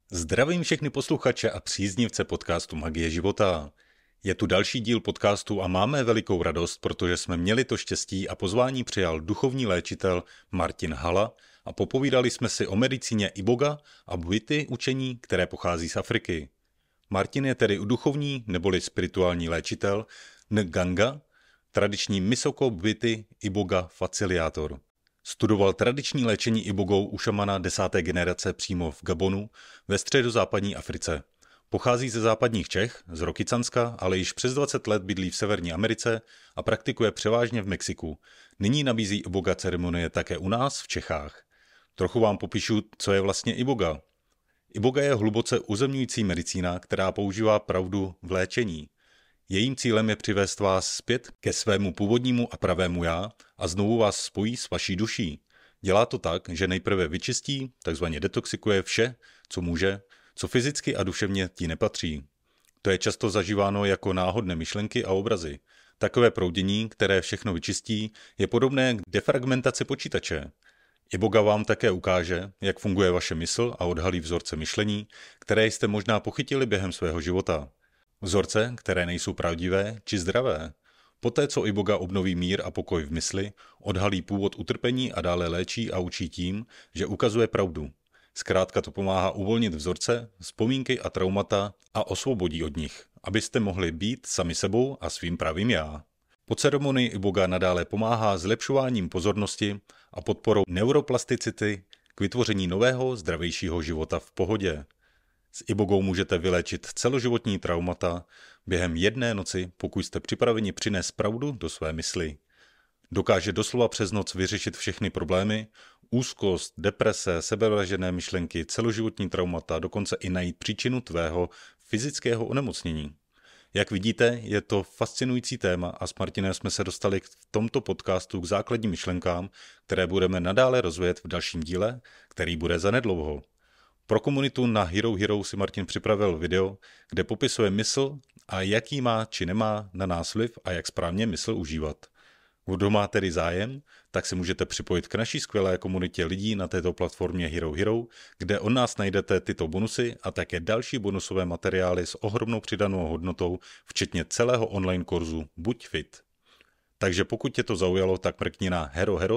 Zdravím všechny posluchače a příznivce podcastu Magie života. Je tu další díl podcastu a máme velikou radost, protože jsme měli to štěstí a pozvání přijal duchovní léčitel Martin Hala a popovídali jsme si o medicíně Iboga a Bwiti učení, které pochází z Afriky. Martin je tedy duchovní neboli spirituální léčitel Nganga, tradiční Misoko Bwiti Iboga faciliátor. Studoval tradiční léčení ibogou u šamana 10. generace přímo v Gabonu ve středozápadní Africe. Pochází ze západních Čech, z Rokycanska, ale již přes 20 let bydlí v Severní Americe a praktikuje převážně v Mexiku. Nyní nabízí iboga ceremonie také u nás v Čechách. Trochu vám popíšu, co je vlastně iboga. Iboga je hluboce uzemňující medicína, která používá pravdu v léčení. Jejím cílem je přivést vás zpět ke svému původnímu a pravému já a znovu vás spojí s vaší duší. Dělá to tak, že nejprve vyčistí, takzvaně detoxikuje vše, co může, co fyzicky a duševně ti nepatří. To je často zažíváno jako náhodné myšlenky a obrazy. Takové proudění, které všechno vyčistí, je podobné k defragmentaci počítače. Iboga vám také ukáže, jak funguje vaše mysl a odhalí vzorce myšlení, které jste možná pochytili během svého života. Vzorce, které nejsou pravdivé či zdravé. Poté, co Iboga obnoví mír a pokoj v mysli, odhalí původ utrpení a dále léčí a učí tím, že ukazuje pravdu. Zkrátka to pomáhá uvolnit vzorce, vzpomínky a traumata a osvobodí od nich, abyste mohli být sami sebou a svým pravým já. Po ceremonii Iboga nadále pomáhá zlepšováním pozornosti a podporou neuroplasticity k vytvoření nového, zdravějšího života v pohodě. S ibogou můžete vyléčit celoživotní traumata během jedné noci, pokud jste připraveni přinést pravdu do své mysli. Dokáže doslova přes noc vyřešit všechny problémy, úzkost, deprese, sebevražedné myšlenky, celoživotní traumata, dokonce i najít příčinu tvého fyzického onemocnění. Jak vidíte, je to fascinující téma a s Martinem jsme se dostali v tomto podcastu k základním myšlenkám, které budeme nadále rozvíjet v dalším díle, který bude zanedlouho. Pro komunitu na Hero Hero si Martin připravil video, kde popisuje mysl a jaký má či nemá na nás vliv a jak správně mysl užívat. Kdo má tedy zájem, tak se můžete připojit k naší skvělé komunitě lidí na této platformě Hero Hero, kde od nás najdete tyto bonusy a také další bonusové materiály s ohromnou přidanou hodnotou, včetně celého online kurzu Buď fit. Takže pokud tě to zaujalo, tak mrkni na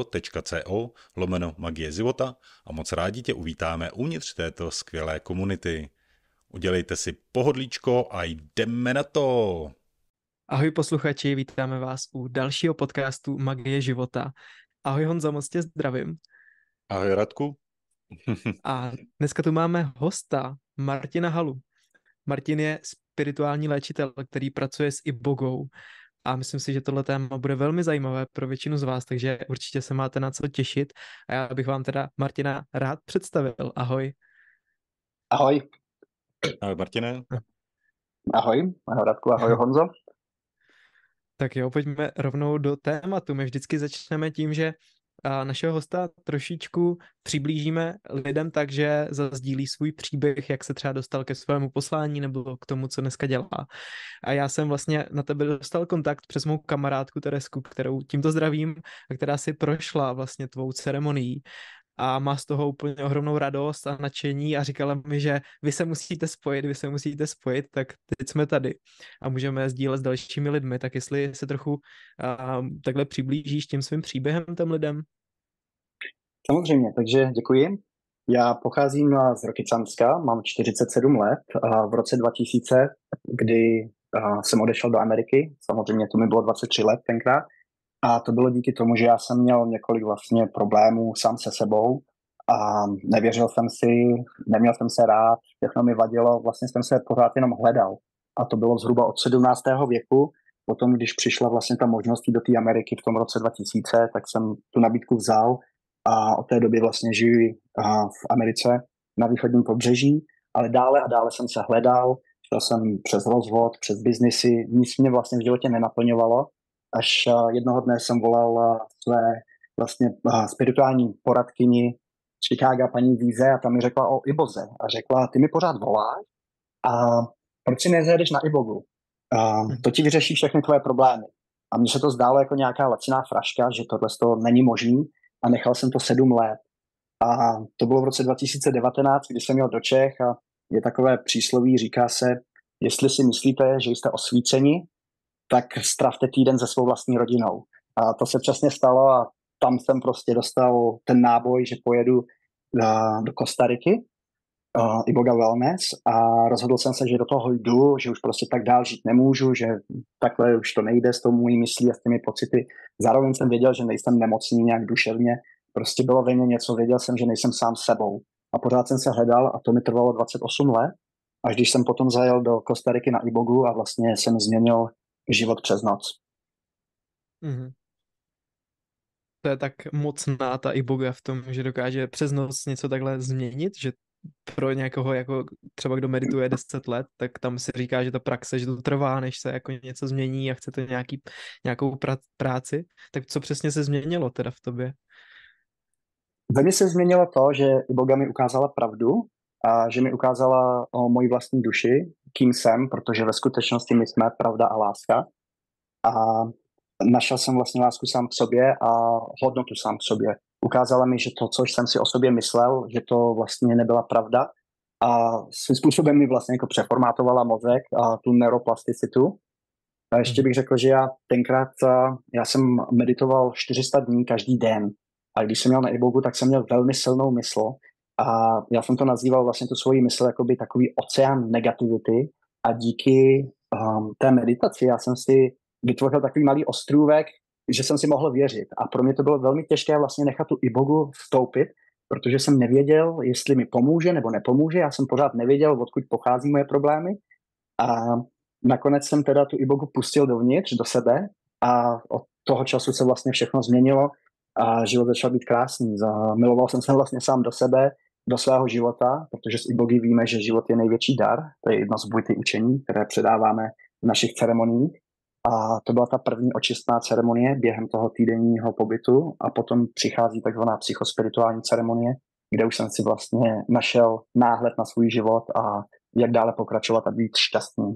herohero.co/magie života a moc rádi tě uvítáme uvnitř této skvělé komunity. Udělejte si pohodlíčko a jdeme na to! Ahoj posluchači, vítáme vás u dalšího podcastu Magie života. Ahoj Honzo, moc tě zdravím. Ahoj Radku. A dneska tu máme hosta, Martina Halu. Martin je spirituální léčitel, který pracuje s ibogou. A myslím si, že tohle téma bude velmi zajímavé pro většinu z vás, takže určitě se máte na co těšit. A já bych vám teda Martina rád představil. Ahoj. Ahoj. Ahoj Martine. Ahoj Radku, ahoj Honzo. Tak jo, pojďme rovnou do tématu. My vždycky začneme tím, že našeho hosta trošičku přiblížíme lidem tak, že zazdílí svůj příběh, jak se třeba dostal ke svému poslání nebo k tomu, co dneska dělá. A já jsem vlastně na tebe dostal kontakt přes mou kamarádku Teresku, kterou tímto zdravím a která si prošla vlastně tvou ceremonií a má z toho úplně ohromnou radost a nadšení a říkala mi, že vy se musíte spojit, tak teď jsme tady a můžeme sdílet s dalšími lidmi, tak jestli se trochu takhle přiblížíš tím svým příběhem těm lidem. Samozřejmě, takže děkuji. Já pocházím z Rokycanska, mám 47 let a v roce 2000, kdy jsem odešel do Ameriky, samozřejmě to mi bylo 23 let tenkrát, a to bylo díky tomu, že já jsem měl několik vlastně problémů sám se sebou a nevěřil jsem si, neměl jsem se rád, všechno mi vadilo, vlastně jsem se pořád jenom hledal. A to bylo zhruba od 17. věku. Potom, když přišla vlastně ta možnost jít do té Ameriky v tom roce 2000, tak jsem tu nabídku vzal a od té doby vlastně žiju v Americe na východním pobřeží, ale dále a dále jsem se hledal, šel jsem přes rozvod, přes biznisy, nic mě vlastně v životě nenaplňovalo. Až jednoho dne jsem volal své vlastně spirituální poradkyni Chicaga, paní Víze, a ta mi řekla o iboze. A řekla, ty mi pořád voláš a proč si nezajedeš na ibogu? To ti vyřeší všechny tvoje problémy. A mně se to zdálo jako nějaká laciná fraška, že tohle není možný a nechal jsem to 7 let. A to bylo v roce 2019, kdy jsem jel do Čech a Je takové přísloví, říká se, jestli si myslíte, že jste osvíceni, tak stravte týden se svou vlastní rodinou. A to se přesně stalo a tam jsem prostě dostal ten náboj, že pojedu do Kostariky, Iboga Wellness, a rozhodl jsem se, že do toho jdu, že už prostě tak dál žít nemůžu, že takhle už to nejde s tou mojí myslí a s těmi pocity. Zároveň jsem věděl, že nejsem nemocný nějak duševně, prostě bylo ve mně něco, věděl jsem, že nejsem sám sebou. A pořád jsem se hledal a to mi trvalo 28 let, až když jsem potom zajel do Kostariky na Ibogu a vlastně jsem změnil život přes noc. Mhm. To je tak mocná ta iboga v tom, že dokáže přes noc něco takhle změnit, že pro někoho, jako třeba kdo medituje 10 let, tak tam se říká, že ta praxe, že to trvá, než se jako něco změní a chcete nějakou práci. Tak co přesně se změnilo teda v tobě? Ve mně se změnilo to, že iboga mi ukázala pravdu a že mi ukázala o mojí vlastní duši, kým jsem, protože ve skutečnosti my jsme pravda a láska. A našel jsem vlastně lásku sám k sobě a hodnotu sám k sobě. Ukázala mi, že to, co jsem si o sobě myslel, že to vlastně nebyla pravda, a svým způsobem mi vlastně jako přeformátovala mozek a tu neuroplasticitu. A ještě bych řekl, že já tenkrát já jsem meditoval 400 dní každý den. A když jsem měl na ibogu, tak jsem měl velmi silnou mysl. A já jsem to nazýval vlastně tu svoji mysl jakoby takový oceán negativity. A díky té meditaci já jsem si vytvořil takový malý ostrůvek, že jsem si mohl věřit. A pro mě to bylo velmi těžké vlastně nechat tu ibogu vstoupit, protože jsem nevěděl, jestli mi pomůže nebo nepomůže. Já jsem pořád nevěděl, odkud pochází moje problémy. A nakonec jsem teda tu ibogu pustil dovnitř, do sebe, a od toho času se vlastně všechno změnilo a život začal být krásný. Zamiloval jsem se vlastně sám do sebe, do svého života, protože z ibogy víme, že život je největší dar. To je jedno z bujty učení, které předáváme v našich ceremoniích. A to byla ta první očistná ceremonie během toho týdenního pobytu a potom přichází takzvaná psychospirituální ceremonie, kde už jsem si vlastně našel náhled na svůj život a jak dále pokračovat a být šťastný.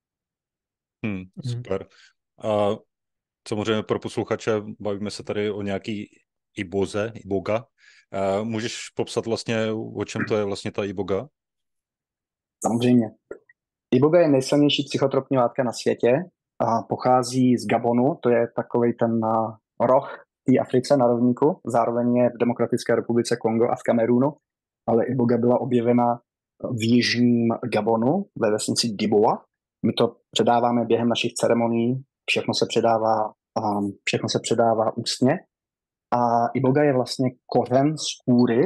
Super. A samozřejmě pro posluchače bavíme se tady o nějaký iboga. Můžeš popsat vlastně, o čem to je vlastně ta iboga? Samozřejmě. Iboga je nejsilnější psychotropní látka na světě a pochází z Gabonu, to je takovej ten roh v té Africe na rovníku, zároveň je v Demokratické republice Kongo a v Kamerunu, ale iboga byla objevena v jižním Gabonu, ve vesnici Diboa. My to předáváme během našich ceremonií, všechno se předává ústně. A iboga je vlastně kořen z kůry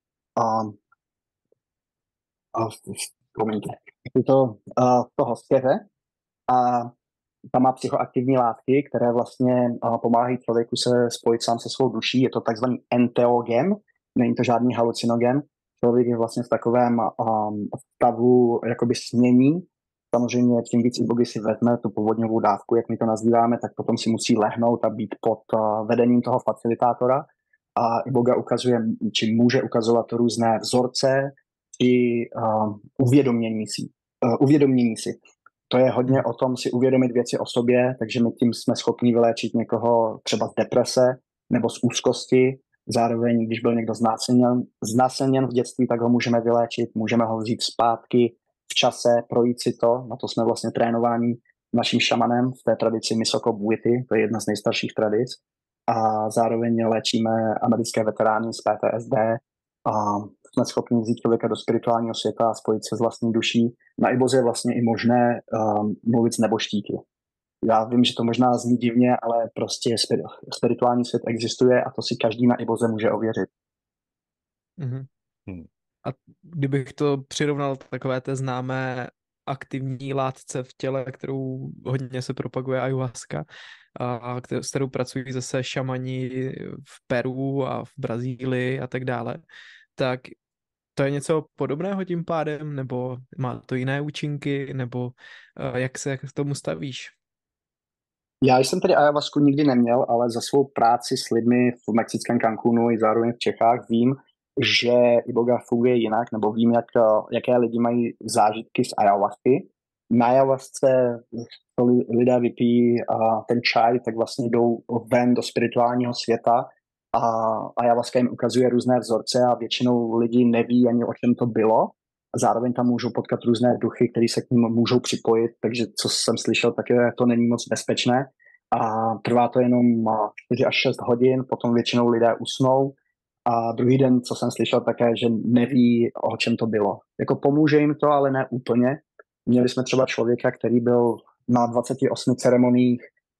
toho svěře a tam má psychoaktivní látky, které vlastně pomáhají člověku se spojit sám se svou duší. Je to takzvaný enteogen, není to žádný halucinogen. Člověk je vlastně v takovém stavu jakoby snění. Samozřejmě čím víc ibogy si vezme, tu povodňovou dávku, jak my to nazýváme, tak potom si musí lehnout a být pod vedením toho facilitátora. A iboga ukazuje, či může ukazovat různé vzorce i uvědomění si. To je hodně o tom si uvědomit věci o sobě, takže my tím jsme schopni vyléčit někoho třeba z deprese nebo z úzkosti. Zároveň, když byl někdo znásilněn v dětství, tak ho můžeme vyléčit, můžeme ho vzít zpátky v čase, projít si to. Na to jsme vlastně trénováni naším šamanem v té tradici Misoko Bhuiti, to je jedna z nejstarších tradic. A zároveň léčíme americké veterány z PTSD a jsme schopni vzít člověka do spirituálního světa a spojit se s vlastní duší. Na iboze je vlastně i možné mluvit s neboštíky. Já vím, že to možná zní divně, ale prostě spirituální svět existuje a to si každý na iboze může ověřit. Mm-hmm. A kdybych to přirovnal takové té známé aktivní látce v těle, kterou hodně se propaguje ayahuasca, a s kterou pracují zase šamani v Peru a v Brazílii a tak dále, tak to je něco podobného tím pádem, nebo má to jiné účinky, nebo jak se k tomu stavíš? Já jsem tedy ayahuasku nikdy neměl, ale za svou práci s lidmi v mexickém Cancúnu i zároveň v Čechách vím, že iboga funguje jinak, nebo vím, jaké lidi mají zážitky z ayahuasky. Na ayahuasce lidé vypijí ten čaj, tak vlastně jdou ven do spirituálního světa a ayahuasca jim ukazuje různé vzorce a většinou lidí neví ani o čem to bylo. Zároveň tam můžou potkat různé duchy, které se k ním můžou připojit, takže co jsem slyšel, tak to není moc bezpečné. A trvá to jenom 4 až 6 hodin, potom většinou lidé usnou. A druhý den, co jsem slyšel také, že neví, o čem to bylo. Jako pomůže jim to, ale ne úplně. Měli jsme třeba člověka, který byl na 28 ceremoniích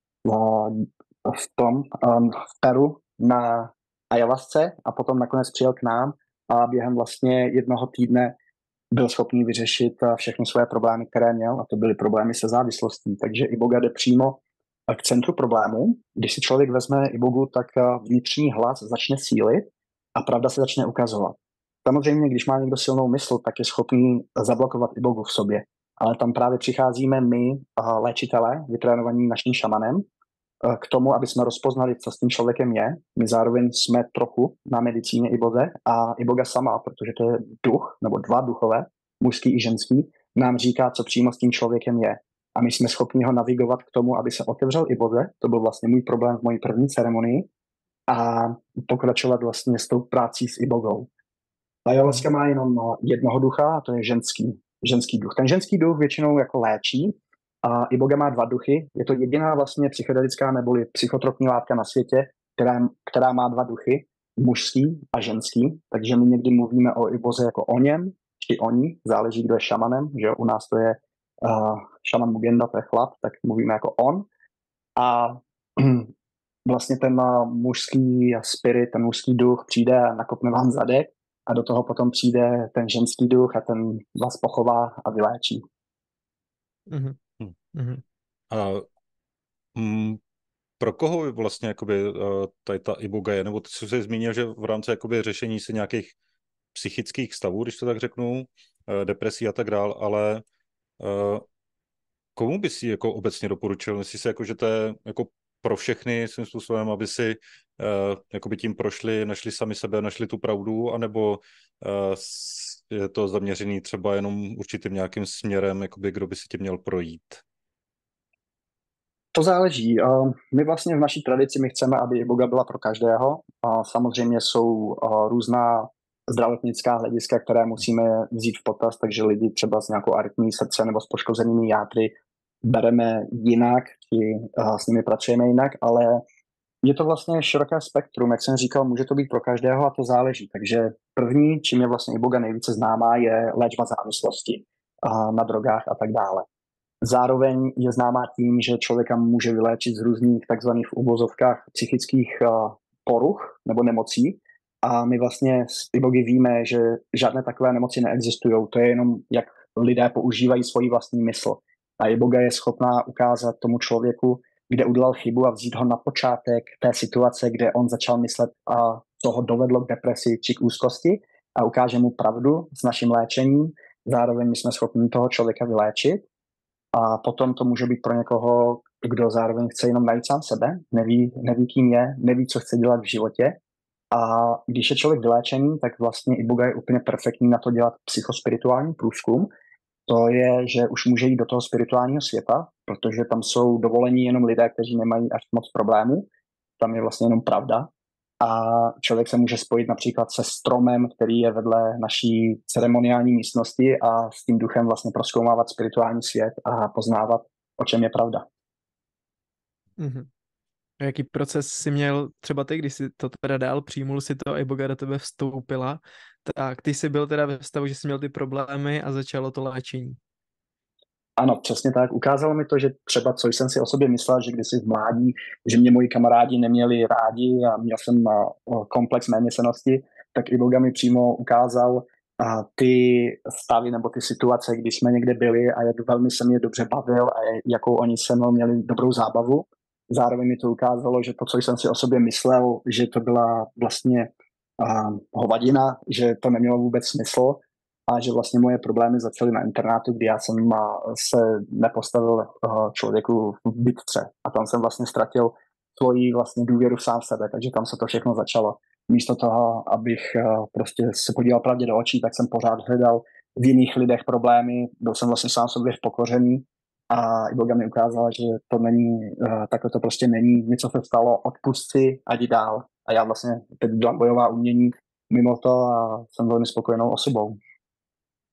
v Peru na ayahuasce a potom nakonec přijel k nám a během vlastně jednoho týdne byl schopný vyřešit všechny své problémy, které měl, a to byly problémy se závislostí. Takže iboga jde přímo k centru problému. Když si člověk vezme ibogu, tak vnitřní hlas začne sílit a pravda se začne ukazovat. Samozřejmě, když má někdo silnou mysl, tak je schopný zablokovat ibogu v sobě. Ale tam právě přicházíme my, léčitelé, vytrénovaní naším šamanem, k tomu, aby jsme rozpoznali, co s tím člověkem je. My zároveň jsme trochu na medicíně iboze a iboga sama, protože to je duch, nebo 2 duchové, mužský i ženský, nám říká, co přímo s tím člověkem je. A my jsme schopni ho navigovat k tomu, aby se otevřel iboze. To byl vlastně můj problém v mojí první ceremonii. A pokračovat vlastně s tou prací s ibogou. Ayahuasca má jenom jednoho ducha, a to je ženský duch. Ten ženský duch většinou jako léčí, a iboga má 2 duchy. Je to jediná vlastně psychedelická neboli psychotropní látka na světě, která má 2 duchy, mužský a ženský. Takže my někdy mluvíme o iboze jako o něm, či oni, záleží, kdo je šamanem. Že u nás to je šaman Mugenda, to je chlap, tak mluvíme jako on. A vlastně ten mužský spirit, ten mužský duch přijde a nakopne vám zadek a do toho potom přijde ten ženský duch a ten vás pochová a vyléčí. Mm-hmm. A pro koho vlastně jakoby, tady ta iboga je? Nebo ty jsi zmínil, že v rámci jakoby, řešení se nějakých psychických stavů, když to tak řeknu, depresí a tak dál, ale komu bys ji jako obecně doporučil? Myslíš si, jako, že to je jako pro všechny svým způsobem, aby si jakoby tím prošli, našli sami sebe, našli tu pravdu, anebo je to zaměřený třeba jenom určitým nějakým směrem, jakoby, kdo by si tím měl projít? To záleží. My vlastně v naší tradici my chceme, aby iboga byla pro každého. Samozřejmě jsou různá zdravotnická hlediska, které musíme vzít v potaz, takže lidi třeba s nějakou arytmií srdce nebo s poškozenými játry bereme jinak, či s nimi pracujeme jinak, ale je to vlastně široké spektrum, jak jsem říkal, může to být pro každého a to záleží. Takže první, čím je vlastně iboga nejvíce známá, je léčba závislosti na drogách a tak dále. Zároveň je známá tím, že člověka může vyléčit z různých takzvaných v uvozovkách psychických poruch nebo nemocí. A my vlastně z ibogy víme, že žádné takové nemoci neexistují. To je jenom, jak lidé používají svoji vlastní mysl. A iboga je schopná ukázat tomu člověku, kde udělal chybu a vzít ho na počátek té situace, kde on začal myslet a co ho dovedlo k depresi či k úzkosti a ukáže mu pravdu s naším léčením. Zároveň my jsme schopni toho člověka vyléčit. A potom to může být pro někoho, kdo zároveň chce jenom najít sám sebe, neví kým je, neví, co chce dělat v životě. A když je člověk vyléčený, tak vlastně iboga je úplně perfektní na to dělat psychospirituální průzkum. To je, že už může jít do toho spirituálního světa, protože tam jsou dovolení jenom lidé, kteří nemají až moc problémů. Tam je vlastně jenom pravda. A člověk se může spojit například se stromem, který je vedle naší ceremoniální místnosti a s tím duchem vlastně prozkoumávat spirituální svět a poznávat, o čem je pravda. Mm-hmm. A jaký proces jsi měl třeba ty, když jsi to teda dál přijmul si to a iboga do tebe vstoupila, tak ty jsi byl teda ve stavu, že jsi měl ty problémy a začalo to léčení. Ano, přesně tak. Ukázalo mi to, že třeba, co jsem si o sobě myslel, že kdysi v mládí, že mě moji kamarádi neměli rádi a měl jsem komplex méněcenosti, tak iboga mi přímo ukázal ty stavy nebo ty situace, kdy jsme někde byli a jak velmi se mě dobře bavil a jakou oni se mnou měli dobrou zábavu. Zároveň mi to ukázalo, že to, co jsem si o sobě myslel, že to byla vlastně hovadina, že to nemělo vůbec smysl a že vlastně moje problémy začaly na internátu, kdy já jsem se nepostavil člověku v bitce a tam jsem vlastně ztratil svoji vlastně důvěru v sám sebe, takže tam se to všechno začalo. Místo toho, abych prostě se podíval pravdě do očí, tak jsem pořád hledal v jiných lidech problémy, byl jsem vlastně sám sobě vpokořený a iboga mi ukázala, že to není, takhle to prostě není, něco se stalo, odpusť si a jdi dál. A já vlastně teď dělám bojová umění mimo to a jsem velmi spokojenou osobou.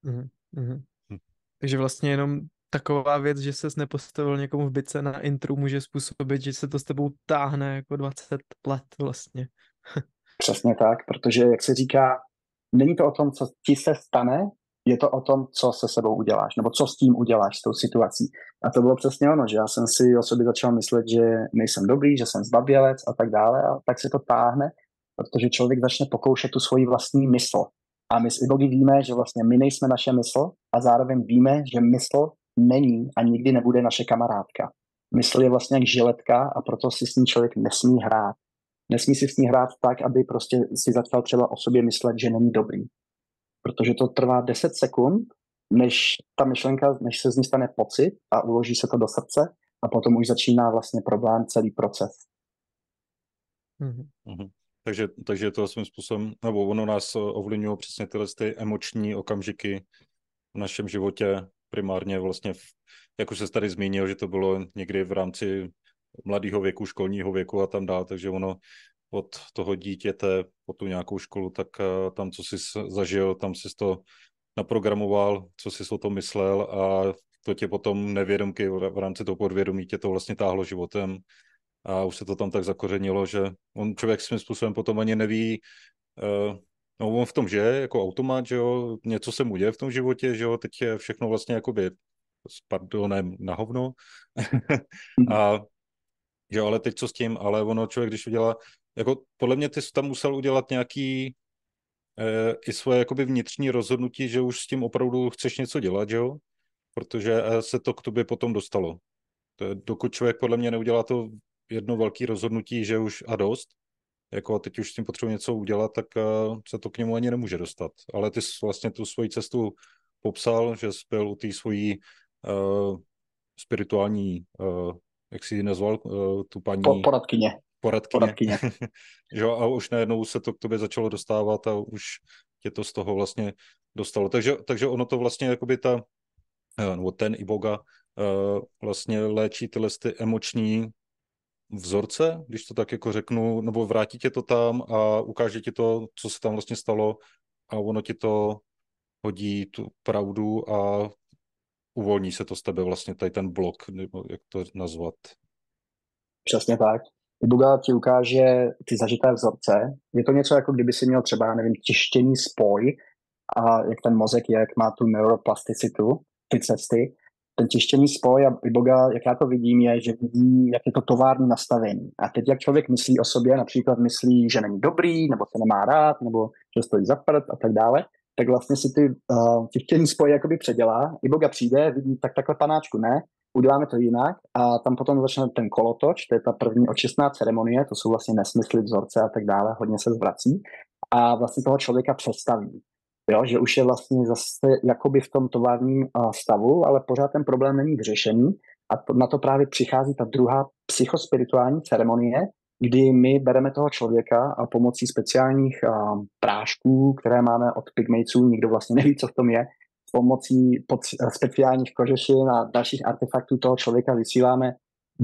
Mhm. Mhm. Hm. Takže vlastně jenom taková věc, že ses nepostavil někomu v bice na intru, může způsobit, že se to s tebou táhne jako 20 let vlastně. Přesně tak, protože, jak se říká, není to o tom, co ti se stane, je to o tom, co se sebou uděláš, nebo co s tím uděláš, s tou situací. A to bylo přesně ono, že já jsem si o sobě začal myslet, že nejsem dobrý, že jsem zbabělec a tak dále, a tak se to táhne, protože člověk začne pokoušet tu svoji vlastní mysl. A my s Ibogy víme, že vlastně my nejsme naše mysl a zároveň víme, že mysl není a nikdy nebude naše kamarádka. Mysl je vlastně jak žiletka a proto si s ní člověk nesmí hrát. Nesmí si s ní hrát tak, aby prostě si začal třeba o sobě myslet, že není dobrý. Protože to trvá 10 sekund, než ta myšlenka, než se z ní stane pocit a uloží se to do srdce a potom už začíná vlastně problém, celý proces. Mhm. Mhm. Takže to svým způsobem, nebo ono nás ovlivňuje přesně tyhle ty emoční okamžiky v našem životě, primárně vlastně, jak už se tady zmínil, že to bylo někdy v rámci mladého věku, školního věku a tam dál, takže ono od toho dítěte po tu nějakou školu, tak tam, co jsi zažil, tam jsi to naprogramoval, co jsi o tom myslel a to tě potom nevědomky v rámci toho podvědomí tě to vlastně táhlo životem a už se to tam tak zakořenilo, že on člověk svým způsobem potom ani neví, no on v tom žije jako automat, že jo, něco se mu děje v tom životě, že jo, teď je všechno vlastně jakoby s pardonem na hovno a že jo, ale teď co s tím, ale ono člověk, když udělá, jako podle mě ty jsi tam musel udělat nějaký i svoje jakoby vnitřní rozhodnutí, že už s tím opravdu chceš něco dělat, že jo, protože se to k tobě potom dostalo. To je, dokud člověk podle mě neudělá to jedno velké rozhodnutí, že už a dost, jako teď už s tím potřebuje něco udělat, tak se to k němu ani nemůže dostat. Ale ty jsi vlastně tu svoji cestu popsal, že jsi byl u té svojí spirituální, jak jsi ji nazval, tu paní Poradkyně. poradkyně. Že a už najednou se to k tobě začalo dostávat a už tě to z toho vlastně dostalo. Takže ono to vlastně jakoby nebo ten Iboga vlastně léčí tyhle ty emoční vzorce, když to tak jako řeknu, nebo vrátí tě to tam a ukáže ti to, co se tam vlastně stalo a ono ti to hodí tu pravdu a uvolní se to z tebe vlastně tady ten blok, nebo jak to nazvat. Přesně tak. Iboga ti ukáže ty zažité vzorce. Je to něco, jako kdyby si měl třeba, já nevím, tištěný spoj a jak ten mozek je, jak má tu neuroplasticitu, ty cesty. Ten tištěný spoj a Iboga, jak já to vidím, je, že vidí, jak je to tovární nastavení. A teď, jak člověk myslí o sobě, například myslí, že není dobrý, nebo se nemá rád, nebo že stojí za prd a tak dále, tak vlastně si ty tištěný spoj jakoby předělá. Iboga přijde, vidí, tak takhle panáčku ne, uděláme to jinak a tam potom začne ten kolotoč, to je ta první očistná ceremonie, to jsou vlastně nesmysly, vzorce a tak dále, hodně se zvrací a vlastně toho člověka přestaví. Jo, že už je vlastně zase jakoby v tom továrním stavu, ale pořád ten problém není vyřešený a na to právě přichází ta druhá psychospirituální ceremonie, kdy my bereme toho člověka a pomocí speciálních prášků, které máme od pygmejců, nikdo vlastně neví, co v tom je, pomocí speciálních kožešin a dalších artefaktů toho člověka vysíláme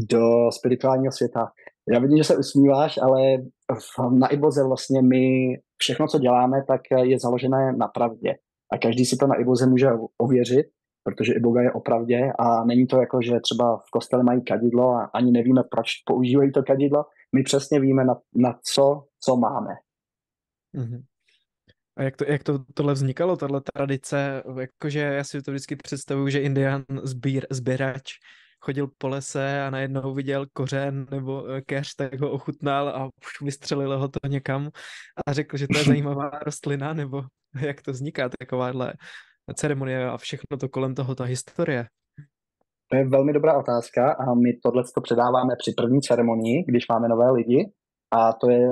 do spirituálního světa. Já vidím, že se usmíváš, ale na Iboze vlastně my všechno, co děláme, tak je založené na pravdě. A každý si to na Iboze může ověřit, protože Iboga je o pravdě a není to jako, že třeba v kostele mají kadidlo a ani nevíme, proč používají to kadidlo. My přesně víme, na co máme. Mhm. A jak tohle vznikalo, tahle tradice? Jakože já si to vždycky představuju, že Indián sběrač chodil po lese a najednou viděl kořen nebo keř, tak ho ochutnal a už vystřelilo ho to někam a řekl, že to je zajímavá rostlina, nebo jak to vzniká, takováhle ceremonie a všechno to kolem toho, ta historie. To je velmi dobrá otázka a my tohle předáváme při první ceremonii, když máme nové lidi a to je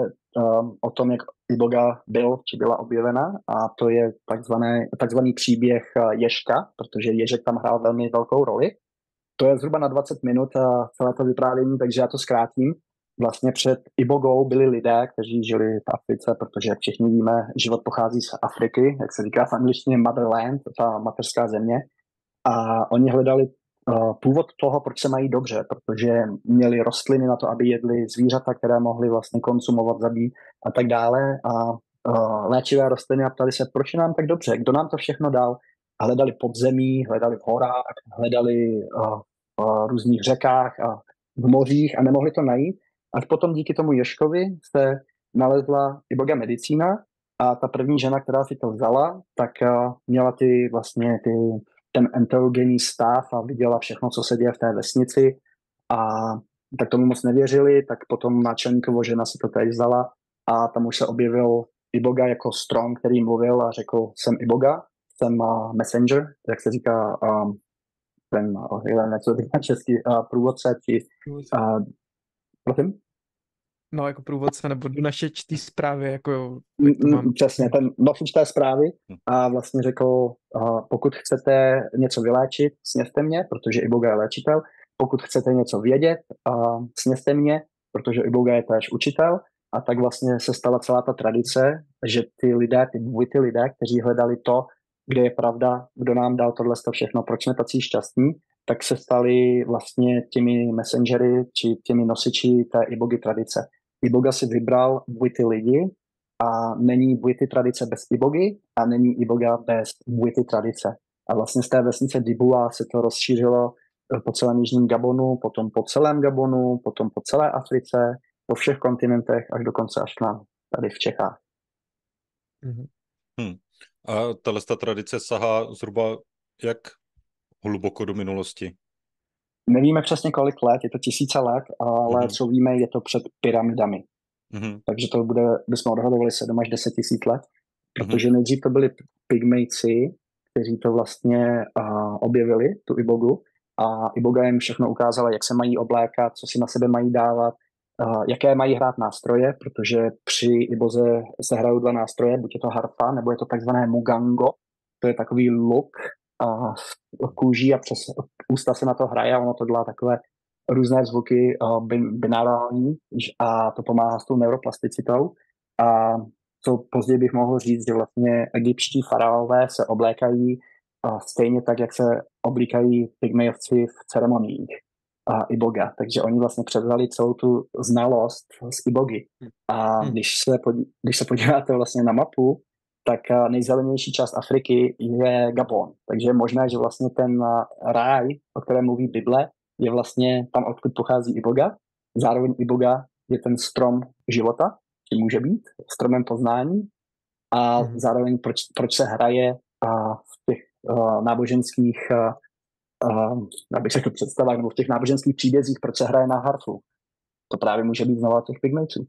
o tom, jak Iboga byl či byla objevena a to je takzvaný příběh Ježka, protože Ježek tam hrál velmi velkou roli. To je zhruba na 20 minut celé to vyprávění, takže já to zkrátím. Vlastně před Ibogou byli lidé, kteří žili v Africe, protože jak všichni víme, život pochází z Afriky, jak se říká v angličtině motherland, ta mateřská země. A oni hledali původ toho, proč se mají dobře, protože měli rostliny na to, aby jedli zvířata, které mohli vlastně konzumovat, zabít a tak dále. A léčivé rostliny a ptali se, proč je nám tak dobře, kdo nám to všechno dal. hledali podzemí, hledali v horách, hledali v různých řekách a v mořích a nemohli to najít. Až potom díky tomu Ježkovi se nalezla iboga medicína a ta první žena, která si to vzala, tak měla ten enterogenní stav a viděla všechno, co se děje v té vesnici a tak tomu moc nevěřili, tak potom náčelníkovo žena si to tady vzala a tam už se objevil iboga jako strom, který mluvil a řekl, jsem iboga, jsem messenger, jak se říká, ten, něco říká česky, průvodce, prosím? No, jako průvodce, nebo donašeč té zprávy, jako přesně, ten nosič té zprávy a vlastně řekl, pokud chcete něco vyléčit, sněste mě, protože iboga je léčitel, pokud chcete něco vědět, sněste mě, protože iboga je též učitel, a tak vlastně se stala celá ta tradice, že ty lidé, kteří hledali to, kde je pravda, kdo nám dal tohle všechno, proč jsme tací šťastní, tak se stali vlastně těmi messengery, či těmi nosiči té ibogy tradice. Iboga si vybral Bwiti lidi a není Bwiti tradice bez ibogy a není iboga bez Bwiti tradice. A vlastně z té vesnice Dibua se to rozšířilo po celém jižním Gabonu, potom po celém Gabonu, potom po celé Africe, po všech kontinentech, až dokonce až k nám, tady v Čechách. A tahle tradice sahá zhruba jak hluboko do minulosti? Nevíme přesně kolik let, je to tisíce let, ale co víme, je to před pyramidami. Takže to bychom odhadovali 7 až 10 tisíc let, protože nejdřív to byli pygmejci, kteří to vlastně objevili, tu ibogu, a iboga jim všechno ukázala, jak se mají oblékat, co si na sebe mají dávat, jaké mají hrát nástroje, protože při iboze se hrajou 2 nástroje, buď je to harfa, nebo je to takzvané mugango, to je takový luk v kůži a přes ústa se na to hraje a ono to dělá takové různé zvuky binaurální a to pomáhá s tou neuroplasticitou. A co později bych mohl říct, že vlastně egyptští faraové se oblékají stejně tak, jak se oblíkají pygmejovci v ceremoniích iboga. Takže oni vlastně převzali celou tu znalost z ibogy. A když se podíváte vlastně na mapu, tak nejzelenější část Afriky je Gabon. Takže je možné, že vlastně ten ráj, o kterém mluví Bible, je vlastně tam, odkud pochází iboga. Zároveň iboga je ten strom života, který může být stromem poznání. A zároveň proč se hraje v těch náboženských abych řekl představách, nebo v těch náboženských příbězích, proč se hraje na harfu. To právě může být znova těch pygmejců.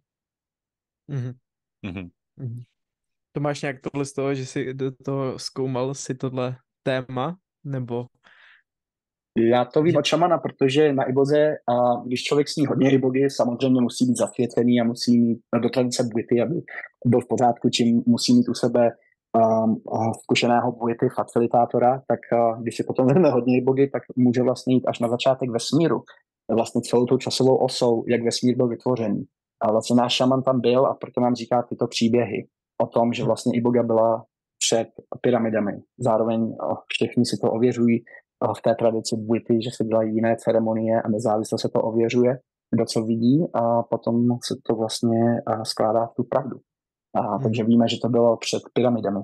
To máš nějak tohle z toho, že jsi do toho zkoumal si tohle téma, nebo? Já to vím od šamana, protože na iboze, když člověk sní hodně ibogy, samozřejmě musí být zasvěcený a musí mít do tradice Bwiti, aby byl v pořádku, čím musí mít u sebe zkušeného Bwiti facilitátora, tak když si potom vezme hodně ibogy, tak může vlastně jít až na začátek vesmíru. Vlastně celou tou časovou osou, jak vesmír byl vytvořený. A vlastně náš šaman tam byl a proto nám říká tyto příběhy o tom, že vlastně iboga byla před pyramidami. Zároveň všichni si to ověřují v té tradici Bwiti, že se dělají jiné ceremonie a nezávisle se to ověřuje, kdo co vidí a potom se to vlastně skládá v tu pravdu. Takže víme, že to bylo před pyramidami.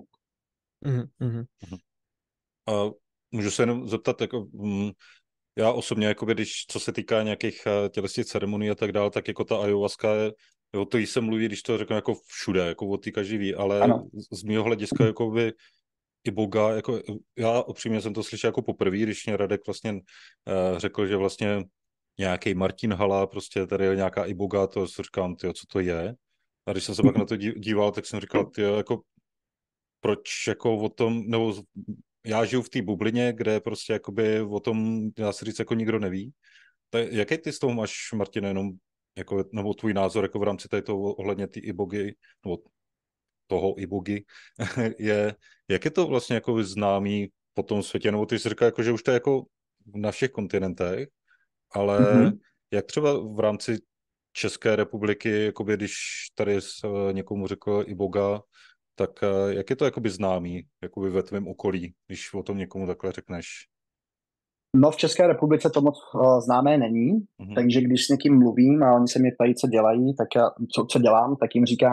A můžu se jenom zeptat, jako, já osobně, jakoby, když co se týká nějakých tělesných ceremonií a tak dále, tak jako ta ayahuasca, o to jí se mluví, když to řeknu jako všude, jako o té každý, ale ano. Z mého hlediska jakoby iboga, jako já upřímně jsem to slyšel jako poprvé, když mě Radek vlastně řekl, že vlastně nějaký Martin Hala, prostě tady je nějaká iboga, to říkám, tyjo, co to je? A když jsem se pak na to díval, tak jsem říkal, tyjo, jako proč jako o tom, nebo já žiju v té bublině, kde prostě jakoby o tom, dá se říct, jako nikdo neví. Tak jaký ty z toho máš, Martine, jenom jako, nebo tvůj názor jako v rámci této ohledně té ibogy, nebo toho ibogy, jak je to vlastně jako známý po tom světě, nebo ty jsi říkal, jako, že už to je jako na všech kontinentech, ale jak třeba v rámci České republiky, jakoby, když tady někomu řekl iboga, tak jak je to jakoby známý jakoby ve tvém okolí, když o tom někomu takhle řekneš? No v České republice to moc známé není, takže když s někým mluvím a oni se mě ptají, co dělají, tak já, co dělám, tak jim říkám,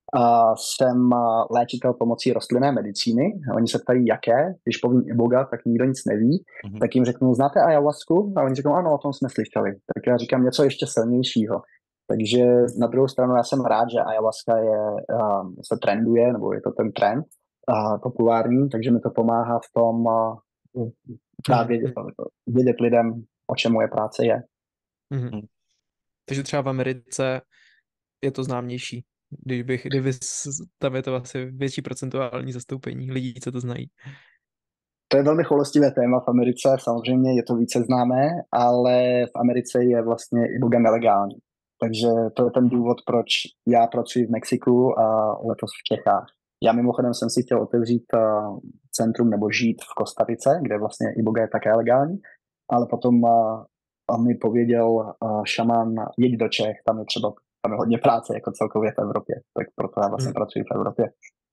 Jsem léčitel pomocí rostlinné medicíny. Oni se ptají, jaké. Když povím iboga, tak nikdo nic neví. Tak jim řeknu, znáte ayahuasku? A oni řeknou, ano, o tom jsme slyšeli. Tak já říkám něco ještě silnějšího. Takže na druhou stranu já jsem rád, že ayahuasca se trenduje, nebo je to ten trend populární, takže mi to pomáhá v tom právě vědět lidem, o čem moje práce je. Takže třeba v Americe je to známější. Kdyby tam je to asi větší procentuální zastoupení lidí, co to znají. To je velmi choulostivé téma v Americe, samozřejmě je to více známé, ale v Americe je vlastně iboga nelegální. Takže to je ten důvod, proč já pracuji v Mexiku a letos v Čechách. Já mimochodem jsem si chtěl otevřít centrum nebo žít v Kostarice, kde vlastně iboga je také legální, ale potom mi pověděl šaman, jeď do Čech, tam je hodně práce jako celkově v Evropě, tak proto já vlastně pracuji v Evropě.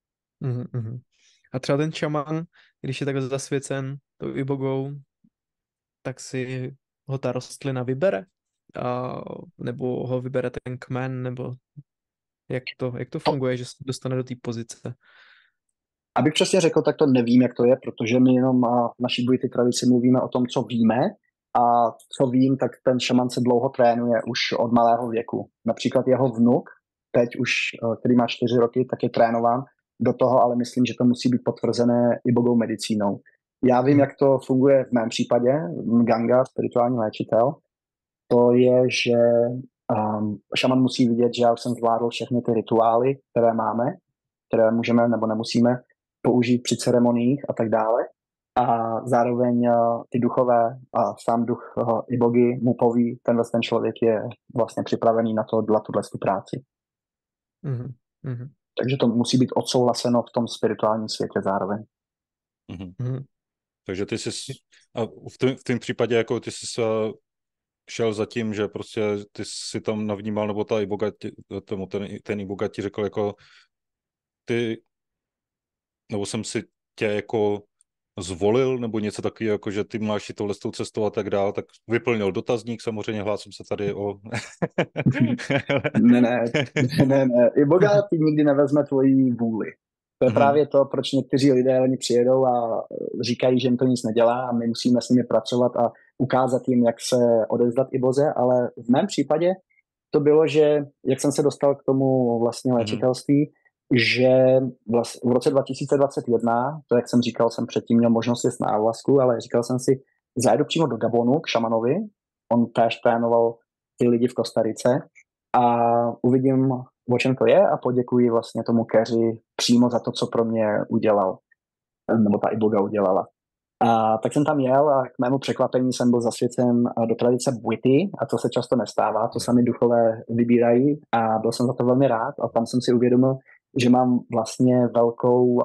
A třeba ten šaman, když je takhle zasvěcen tou ibogou, tak si ho ta rostlina vybere? Nebo ho vybere ten kmen, nebo jak to funguje, že se dostane do té pozice? Abych přesně řekl, tak to nevím, jak to je, protože my jenom v naší bujity tradici mluvíme o tom, co víme, a co vím, tak ten šaman se dlouho trénuje už od malého věku. Například jeho vnuk, teď už, který má 4 roky, tak je trénován do toho, ale myslím, že to musí být potvrzené ibogou medicínou. Já vím, jak to funguje v mém případě, Ganga, spirituální léčitel. To je, že šaman musí vidět, že já už jsem zvládl všechny ty rituály, které máme, které můžeme nebo nemusíme použít při ceremoniích a tak dále. A zároveň ty duchové a sám duch ibogy mu poví, ten člověk je vlastně připravený na to dělat tuhle práci. Takže to musí být odsouhlaseno v tom spirituálním světě zároveň. Takže ty jsi v tom případě jako ty jsi šel za tím, že prostě ty jsi tam navnímal, nebo ta iboga ten iboga ti řekl jako ty, nebo jsem si tě jako zvolil, nebo něco takového, jako že ty máš i tohle s tou cestou a tak dál, tak vyplnil dotazník, samozřejmě hlásím se tady o... Ne. Iboga ti nikdy nevezme tvoji vůli. To je právě to, proč někteří lidé oni přijedou a říkají, že jim to nic nedělá a my musíme s nimi pracovat a ukázat jim, jak se odevzdat iboze, ale v mém případě to bylo, že jak jsem se dostal k tomu vlastně léčitelství, že v roce 2021, to jak jsem říkal, jsem předtím měl možnost jet na ayahuasku, ale říkal jsem si, zajedu přímo do Gabonu k šamanovi, on též trénoval ty lidi v Kostarice a uvidím, o čem to je a poděkuji vlastně tomu keři přímo za to, co pro mě udělal, nebo ta iboga udělala. A tak jsem tam jel a k mému překvapení jsem byl zasvěcen do tradice Bwiti a to se často nestává, to sami duchové vybírají a byl jsem za to velmi rád a tam jsem si uvědomil, že mám vlastně velkou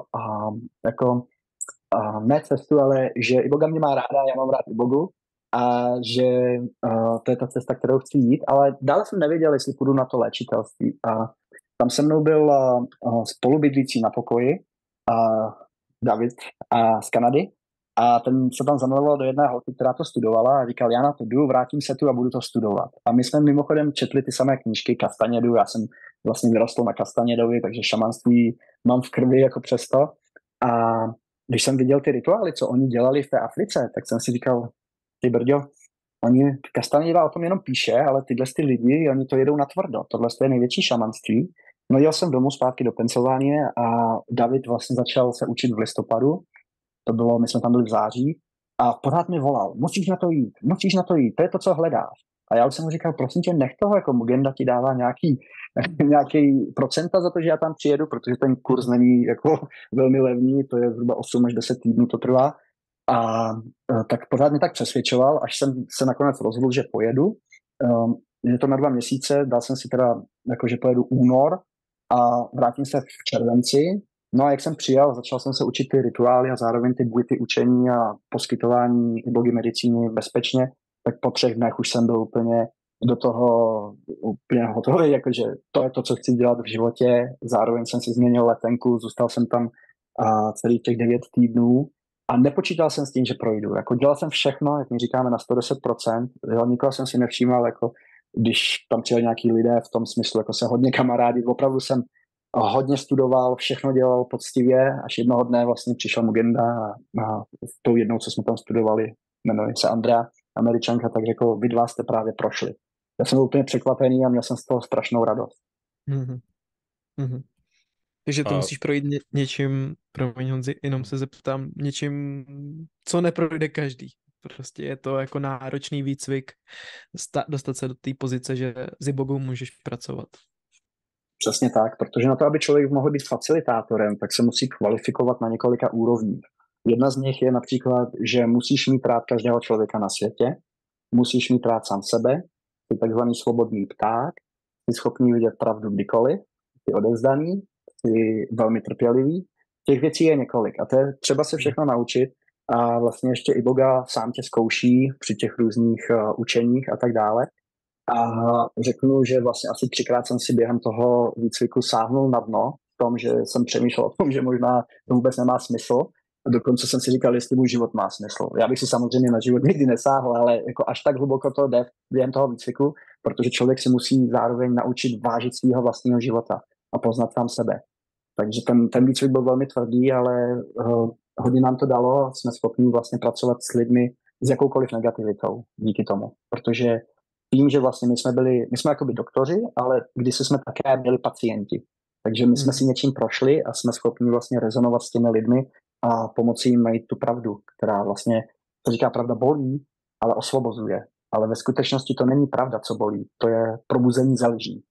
ne cestu, ale že iboga mě má ráda, já mám rád ibogu a že to je ta cesta, kterou chci jít, ale dále jsem nevěděl, jestli půjdu na to léčitelství a tam se mnou byl spolubydlící na pokoji David z Kanady a ten se tam zamiloval do jedné holky, která to studovala a říkal, já na to jdu, vrátím se tu a budu to studovat. A my jsme mimochodem četli ty samé knížky Kastanědu, já jsem vlastně vyrostl na Kastanědovi, takže šamanství mám v krvi jako přesto. A když jsem viděl ty rituály, co oni dělali v té Africe, tak jsem si říkal, ty brďo, Kastaněda o tom jenom píše, ale tyhle ty lidi, oni to jedou na tvrdo. Tohle je největší šamanství. No jel jsem domů zpátky do Pensylvánie a David vlastně začal se učit v listopadu. To bylo, my jsme tam byli v září a pořád mi volal, musíš na to jít, to je to, co hledáš. A já už jsem mu říkal, prosím tě, nech toho, jako Mugenda ti dává nějaký procenta za to, že já tam přijedu, protože ten kurz není jako velmi levný, to je zhruba 8 až 10 týdnů to trvá. A tak pořád mě tak přesvědčoval, až jsem se nakonec rozhodl, že pojedu. Je to na 2 měsíce, dal jsem si teda, jako, že pojedu únor a vrátím se v červenci. No a jak jsem přijel, začal jsem se učit ty rituály a zároveň ty bujty učení a poskytování ibogy medicíny bezpečně, tak po 3 dnech už jsem byl úplně do toho úplně hotový, jakože to je to, co chci dělat v životě. Zároveň jsem si změnil letenku, zůstal jsem tam celých těch 9 týdnů a nepočítal jsem s tím, že projdu. Jako dělal jsem všechno, jak my říkáme, na 110%. Jo, nikoho jsem si nevšímal, jako když tam přijeli nějaký lidé v tom smyslu, jako se hodně kamarádi. Opravdu jsem hodně studoval, všechno dělal poctivě, až jednoho dne vlastně přišla mu Genda a tou jednou, co jsme tam studovali, jmenuje se Andrea, Američanka, tak řekl, vy dva jste právě prošli. Já jsem byl úplně překvapený a měl jsem z toho strašnou radost. Mhm. Mhm. Takže to A musíš projít něčím, promiň Honzi, jenom se zeptám, něčím, co neprojde každý. Prostě je to jako náročný výcvik dostat se do té pozice, že s ibogou můžeš pracovat. Přesně tak, protože na to, aby člověk mohl být facilitátorem, tak se musí kvalifikovat na několika úrovních. Jedna z nich je například, že musíš mít rád každého člověka na světě, musíš mít rád sám sebe, jsi takzvaný svobodný pták, jsi schopný vidět pravdu kdykoliv, jsi odevzdaný, jsi velmi trpělivý. Těch věcí je několik a to je třeba se všechno naučit a vlastně ještě iboga sám tě zkouší při těch různých učeních a tak dále. A řeknu, že vlastně asi 3krát jsem si během toho výcviku sáhnul na dno v tom, že jsem přemýšlel o tom, že možná to vůbec nemá smysl. A dokonce jsem si říkal, jestli můj život má smysl. Já bych si samozřejmě na život nikdy nesáhl, ale jako až tak hluboko to jde během toho výcviku, protože člověk si musí zároveň naučit vážit svého vlastního života a poznat sám sebe. Takže ten výcvik byl velmi tvrdý, ale hodně nám to dalo a jsme schopni vlastně pracovat s lidmi s jakoukoliv negativitou díky tomu. Protože tím, že vlastně my jsme jakoby doktoři, ale kdysi jsme také měli pacienti. Takže my jsme si něčím prošli a jsme schopni vlastně rezonovat s těmi lidmi a pomoci jim najít tu pravdu, která vlastně, to říká pravda, bolí, ale osvobozuje. Ale ve skutečnosti to není pravda, co bolí. To je probuzení ze lží.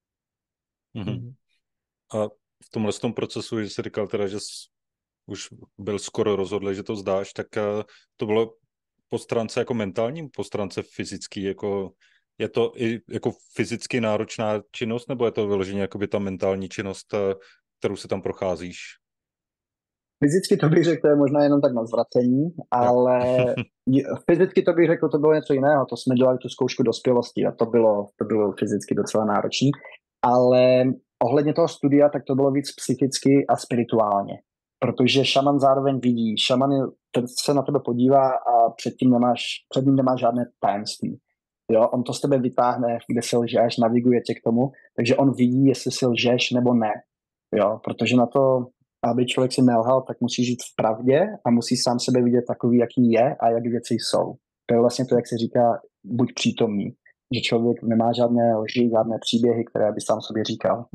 Mhm. A v tomhle tom procesu, že jsi říkal teda, že jsi už byl skoro rozhodlý, že to zdáš, tak to bylo po stránce jako mentální, po stránce fyzický, jako je to i jako fyzicky náročná činnost, nebo je to vyloženě jakoby ta mentální činnost, kterou se tam procházíš? Fyzicky to bych řekl, to je možná jenom tak na zvracení, ale fyzicky to bych řekl, to bylo něco jiného. To jsme dělali tu zkoušku dospělosti a to bylo fyzicky docela náročné. Ale ohledně toho studia, tak to bylo víc psychicky a spirituálně. Protože šaman zároveň vidí. Šaman ten se na tebe podívá a před ním nemáš žádné tajemství. Jo, on to z tebe vytáhne, kde si lžeš, naviguje tě k tomu, takže on vidí, jestli si lžeš nebo ne. Jo, protože na to, aby člověk si nelhal, tak musí žít v pravdě a musí sám sebe vidět takový, jaký je a jak věci jsou. To je vlastně to, jak se říká, buď přítomný. Že člověk nemá žádné lži, žádné příběhy, které by sám sobě říkal.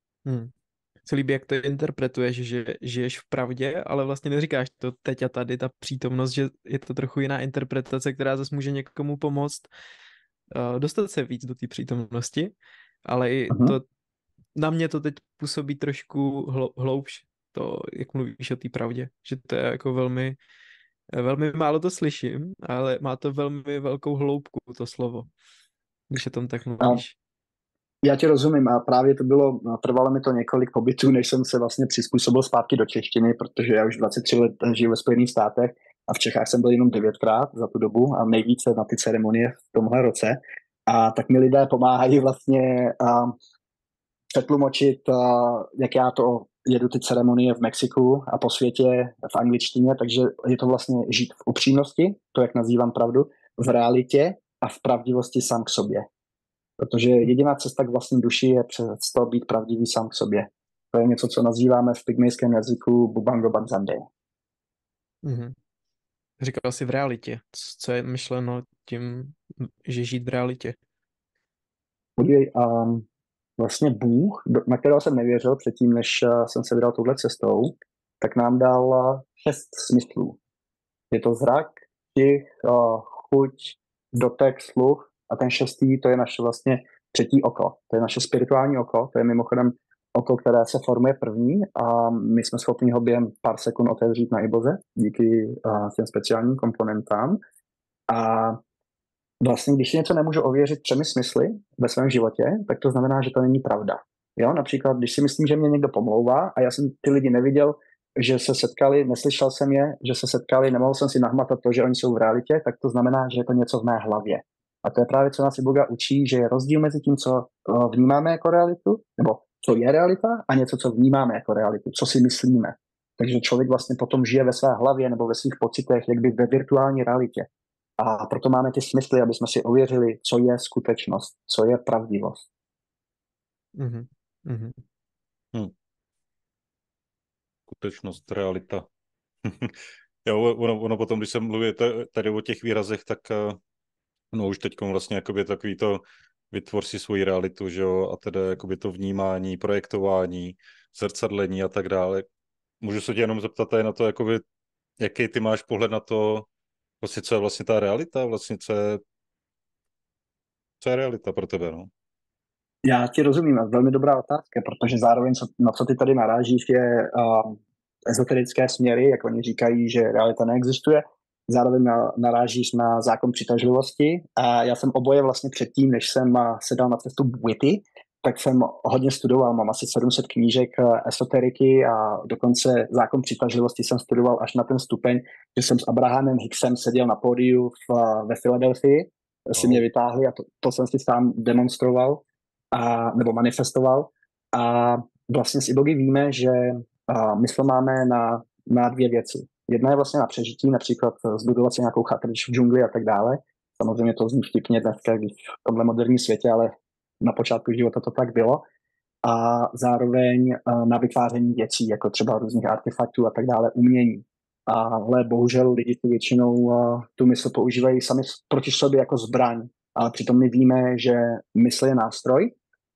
Se líbí, jak to interpretuješ, že žiješ v pravdě, ale vlastně neříkáš to teď a tady, ta přítomnost, že je to trochu jiná interpretace, která zase může někomu pomoct dostat se víc do té přítomnosti, ale i to, na mě to teď působí trošku hloubš, to, jak mluvíš o té pravdě, že to je jako velmi, velmi málo to slyším, ale má to velmi velkou hloubku, to slovo, když o tom tak mluvíš. Já ti rozumím a právě trvalo mi to několik pobytů, než jsem se vlastně přizpůsobil zpátky do češtiny, protože já už 23 let žiju ve Spojených státech a v Čechách jsem byl jenom 9krát za tu dobu a nejvíce na ty ceremonie v tomhle roce. A tak mi lidé pomáhají vlastně přetlumočit, jak já to jedu ty ceremonie v Mexiku a po světě v angličtině, takže je to vlastně žít v upřímnosti, to jak nazývám pravdu, v realitě a v pravdivosti sám k sobě. Protože jediná cesta k vlastní duši je přesto být pravdivý sám k sobě. To je něco, co nazýváme v pygmejském jazyku Bubango Banzande. Říkal jsi v realitě. Co je myšleno tím, že žít v realitě? Podívej, vlastně Bůh, na kterého jsem nevěřil předtím, než jsem se vydal touhle cestou, tak nám dal 6 smyslů. Je to zrak, čich, chuť, dotek, sluch a ten 6. to je naše vlastně 3. oko. To je naše spirituální oko, to je mimochodem oko, které se formuje první a my jsme schopni ho během pár sekund otevřít na iboze díky těm speciálním komponentám. A vlastně, když si něco nemůžu ověřit 3 smysly ve svém životě, tak to znamená, že to není pravda. Jo? Například, když si myslím, že mě někdo pomlouvá a já jsem ty lidi neviděl, že se setkali, neslyšel jsem je, že se setkali, nemohl jsem si nahmatat to, že oni jsou v realitě, tak to znamená, že je to něco v mé hlavě. A to je právě, co nás iboga učí, že je rozdíl mezi tím, co vnímáme jako realitu, nebo co je realita, a něco, co vnímáme jako realitu, co si myslíme. Takže člověk vlastně potom žije ve své hlavě nebo ve svých pocitech, jakby ve virtuální realitě. A proto máme ty smysly, aby jsme si ověřili, co je skutečnost, co je pravdivost. Skutečnost, realita. Jo, ono potom, když se mluví tady o těch výrazech, tak no už teď vlastně jakoby takový to vytvoř si svoji realitu, že jo, a teda jakoby to vnímání, projektování, zrcadlení a tak dále. Můžu se tě jenom zeptat tady na to, jakoby, jaký ty máš pohled na to, vlastně, co je vlastně ta realita, vlastně, co je realita pro tebe, no? Já ti rozumím, a velmi dobrá otázka, protože zároveň, na co ty tady narážíš, je ezoterické směry, jak oni říkají, že realita neexistuje. Zároveň narážíš na zákon přitažlivosti a já jsem oboje vlastně předtím, než jsem se dal na cestu Witty, tak jsem hodně studoval, mám asi 700 knížek esoteriky a dokonce zákon přitažlivosti jsem studoval až na ten stupeň, že jsem s Abrahamem Hicksem seděl na pódiu ve Filadelfii, si mě vytáhli a to jsem si sám demonstroval nebo manifestoval. A vlastně z Ibogy víme, že mysl máme na dvě věci. Jedna je vlastně na přežití, například zbudovat si nějakou chatrč v džungli a tak dále. Samozřejmě to zní vtipně dneska v tomhle moderním světě, ale na počátku života to tak bylo. A zároveň na vytváření věcí, jako třeba různých artefaktů a tak dále, umění. Ale bohužel lidi si většinou tu mysl používají sami proti sobě jako zbraň. Ale přitom my víme, že mysl je nástroj.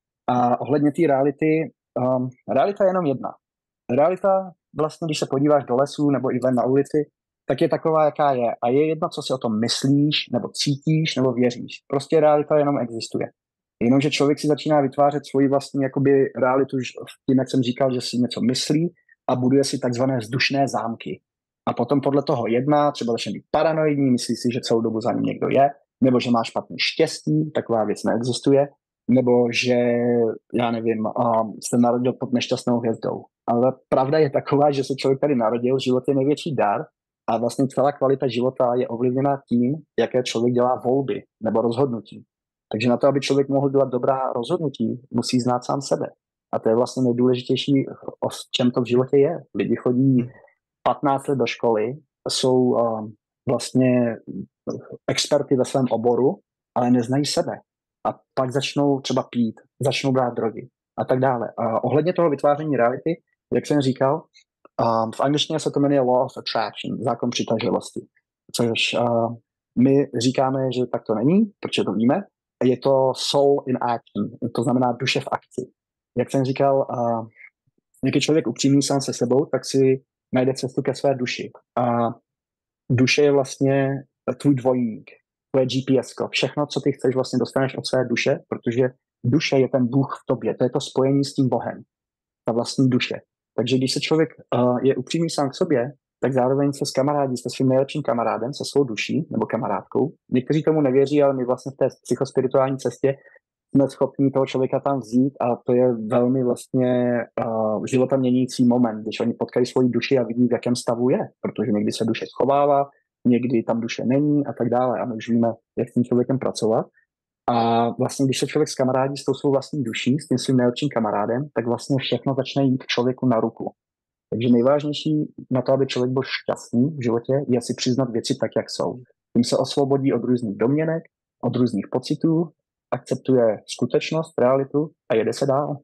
A ohledně té reality, realita je jenom jedna. Realita, vlastně, když se podíváš do lesu nebo i ven na ulici, tak je taková, jaká je. A je jedno, co si o tom myslíš, nebo cítíš, nebo věříš. Prostě realita jenom existuje. Jenomže člověk si začíná vytvářet svoji vlastní jakoby realitu tím, jak jsem říkal, že si něco myslí a buduje si takzvané vzdušné zámky. A potom podle toho jedná, třeba začne být paranoidní, myslí si, že celou dobu za ním někdo je, nebo že má špatný štěstí, taková věc neexistuje, nebo že, já nevím, se narodil pod nešťastnou hvězdou. Ale pravda je taková, že se člověk tady narodil, život je největší dar a vlastně celá kvalita života je ovlivněna tím, jaké člověk dělá volby nebo rozhodnutí. Takže na to, aby člověk mohl dělat dobrá rozhodnutí, musí znát sám sebe. A to je vlastně nejdůležitější, o čem to v životě je. Lidi chodí 15 let do školy, jsou vlastně experty ve svém oboru, ale neznají sebe. A pak začnou třeba pít, začnou brát drogy a tak dále. A ohledně toho vytváření reality, jak jsem říkal, v angličtině se to jmenuje Law of Attraction, zákon přitažlivosti. Což my říkáme, že tak to není, protože to víme. Je to soul in action, to znamená duše v akci. Jak jsem říkal, jak je člověk upřímný sám se sebou, tak si najde cestu ke své duši. A duše je vlastně tvůj dvojník, tvoje GPS. Všechno, co ty chceš, vlastně dostaneš od své duše, protože duše je ten Bůh v tobě. To je to spojení s tím Bohem, ta vlastní duše. Takže když se člověk je upřímný sám k sobě, tak zároveň se skamarádí se svým nejlepším kamarádem, se svou duší nebo kamarádkou. Někteří tomu nevěří, ale my vlastně v té psychospirituální cestě jsme schopni toho člověka tam vzít a to je velmi vlastně života měnící moment, když oni potkají svoji duši a vidí, v jakém stavu je, protože někdy se duše schovává, někdy tam duše není a tak dále a my už víme, jak s tím člověkem pracovat. A vlastně, když se člověk skamarádí s tou svou vlastní duší, s tím svým nejlepším kamarádem, tak vlastně všechno začne jít člověku na ruku. Takže nejvážnější na to, aby člověk byl šťastný v životě, je si přiznat věci tak, jak jsou. Tím se osvobodí od různých domněnek, od různých pocitů, akceptuje skutečnost, realitu a jede se dál.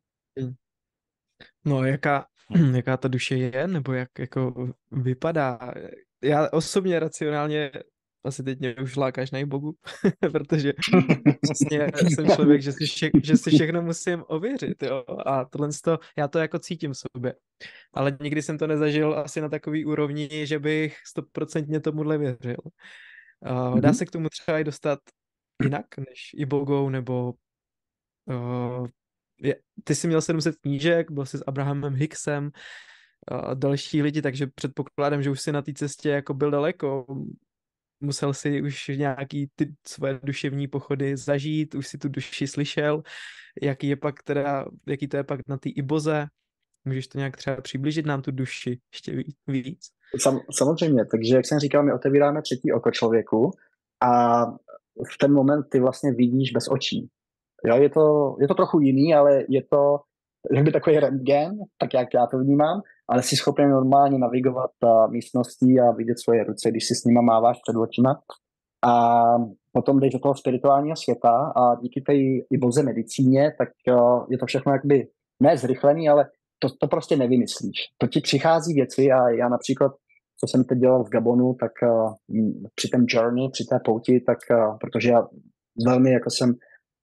No, jaká ta duše je, nebo jak jako vypadá? Já osobně racionálně asi teď mě už lákáš na Bogu, protože vlastně jsem člověk, že si všechno musím ověřit, jo, a já to jako cítím v sobě, ale nikdy jsem to nezažil asi na takový úrovni, že bych 100% tomuhle věřil. Dá se k tomu třeba i dostat jinak, než i Bogou, nebo ty jsi měl 700 knížek, byl jsi s Abrahamem Hicksem a další lidi, takže předpokládám, že už jsi na té cestě jako byl daleko. Musel si už nějaký ty své duševní pochody zažít, už si tu duši slyšel, jaký to je pak na té Iboze. Můžeš to nějak třeba přiblížit nám tu duši ještě víc? Samozřejmě, takže jak jsem říkal, my otevíráme třetí oko člověku a v ten moment ty vlastně vidíš bez očí. Jo, je to trochu jiný, ale je to jakby takový rentgen, tak jak já to vnímám, ale jsi schopen normálně navigovat místností a vidět svoje ruce, když si s nima máváš před očima. A potom jdeš do toho spirituálního světa a díky té Iboze medicíně, tak je to všechno jakby ne zrychlený, ale to prostě nevymyslíš. To ti přichází věci a já například, co jsem teď dělal v Gabonu, tak při tom journey, při té pouti, tak protože já velmi jako jsem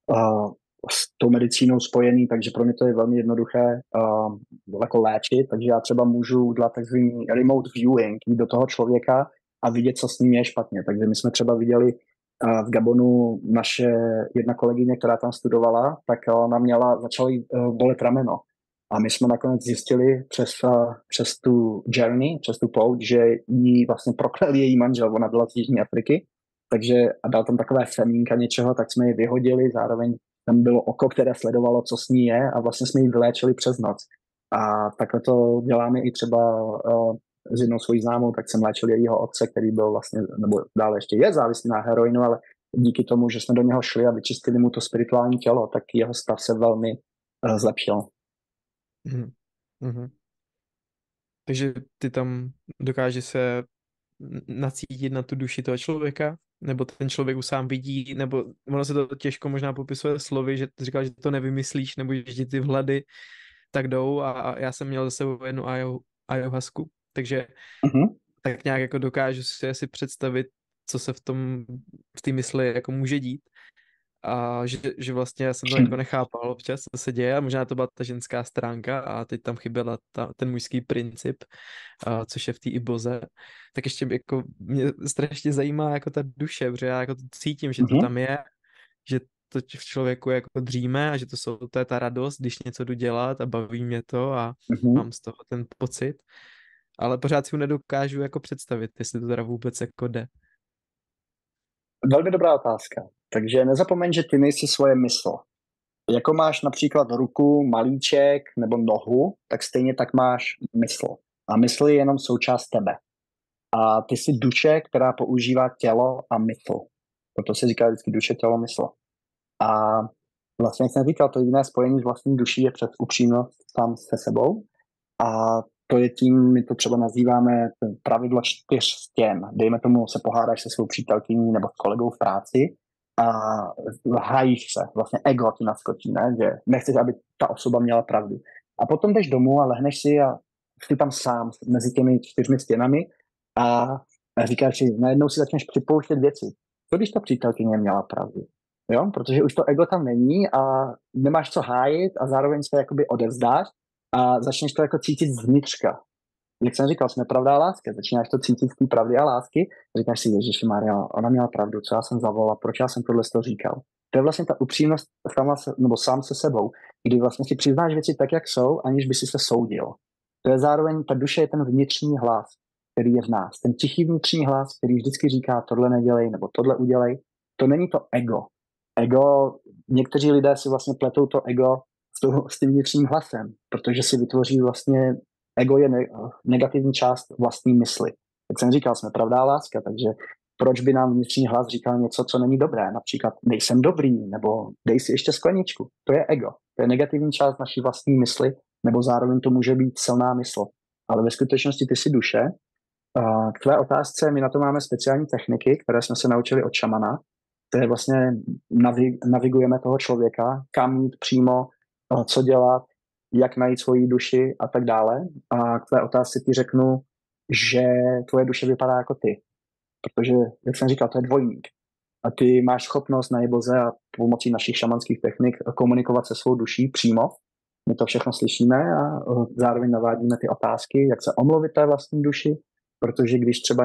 s tou medicínou spojený, takže pro mě to je velmi jednoduché jako léčit, takže já třeba můžu udělat takzvaný remote viewing, jít do toho člověka a vidět, co s ním je špatně. Takže my jsme třeba viděli v Gabonu naše jedna kolegyně, která tam studovala, tak ona začala jí bolet rameno. A my jsme nakonec zjistili přes tu journey, přes tu pouť, že jí vlastně proklel její manžel, ona byla z Jižní Afriky, takže a dal tam takové semínka něčeho, tak jsme ji vyhodili, zároveň tam bylo oko, které sledovalo, co s ní je a vlastně jsme ji vyléčili přes noc. A takhle to děláme i třeba s jednou svojí známou, tak jsem léčil jejího otce, který byl vlastně, nebo dále ještě je závislý na heroinu, ale díky tomu, že jsme do něho šli a vyčistili mu to spirituální tělo, tak jeho stav se velmi zlepšil. Mm-hmm. Takže ty tam dokáže se nacítit na tu duši toho člověka, nebo ten člověk už sám vidí, nebo ono se to těžko možná popisuje slovy, že ty říkal, že to nevymyslíš, nebo že ty vhledy tak jdou a já jsem měl za sebou jednu ayahuasku, takže tak nějak jako dokážu si asi představit, co se v té mysli jako může dít. A že vlastně já jsem to jako nechápal občas, co se děje, a možná to byla ta ženská stránka a teď tam chyběla ten mužský princip, což je v té iboze. Tak ještě jako mě strašně zajímá jako ta duše, protože já jako to cítím, že to tam je, že to v člověku jako dříme a že to je ta radost, když něco jdu dělat a baví mě to a mám z toho ten pocit, ale pořád si ho nedokážu jako představit, jestli to teda vůbec jako jde. Velmi dobrá otázka. Takže nezapomeň, že ty nejsi svoje mysl. Jako máš například ruku, malíček nebo nohu, tak stejně tak máš mysl. A mysl je jenom součást tebe. A ty jsi duše, která používá tělo a mysl. Proto se říká vždycky duše, tělo, mysl. A vlastně, jak jsem říkal, to jediné spojení s vlastní duší je přes upřímnost sám se sebou. A to je tím, my to třeba nazýváme pravidlo 4 stěn. Dejme tomu, se pohádáš se svou přítelkyní nebo s kolegou v práci a hájíš se. Vlastně ego ti naskočí, ne? Že nechceš, aby ta osoba měla pravdu. A potom jdeš domů a lehneš si a jsi tam sám mezi těmi 4 stěnami a říkáš si, najednou si začneš připouštět věci. Co když ta přítelkyně měla pravdu? Jo? Protože už to ego tam není a nemáš co hájit a zároveň se jakoby odevzdáš a začneš to jako cítit zvnitřka. Jak jsem říkal, jsme pravda a láska. Začínáš to cítit z té pravdy a lásky. Říkáš si, Ježišimarja, ona měla pravdu, co já jsem zavolal, proč já jsem tohle říkal. To je vlastně ta upřímnost sám se sebou, kdy vlastně si přiznáš věci tak, jak jsou, aniž by si se soudil. To je zároveň, ta duše je ten vnitřní hlas, který je v nás. Ten tichý vnitřní hlas, který vždycky říká, tohle nedělej, nebo tohle udělej. To není to ego. Ego, někteří lidé si vlastně pletou to ego s tím vnitřním hlasem, protože si vytvoří vlastně, ego je negativní část vlastní mysli. Jak jsem říkal, jsme pravda a láska, takže proč by nám vnitřní hlas říkal něco, co není dobré? Například nejsem dobrý, nebo dej si ještě skleničku. To je ego. To je negativní část naší vlastní mysli, nebo zároveň to může být silná mysl. Ale ve skutečnosti ty jsi duše. K tvé otázce, my na to máme speciální techniky, které jsme se naučili od šamana. To je vlastně, navigujeme toho člověka, kam jít přímo, co dělat, jak najít svoji duši a tak dále. A k tvé otázce ti řeknu, že tvoje duše vypadá jako ty. Protože, jak jsem říkal, to je dvojník. A ty máš schopnost na iboze a pomocí našich šamanských technik komunikovat se svou duší přímo. My to všechno slyšíme a zároveň navádíme ty otázky, jak se omluvit té vlastní duši, protože když třeba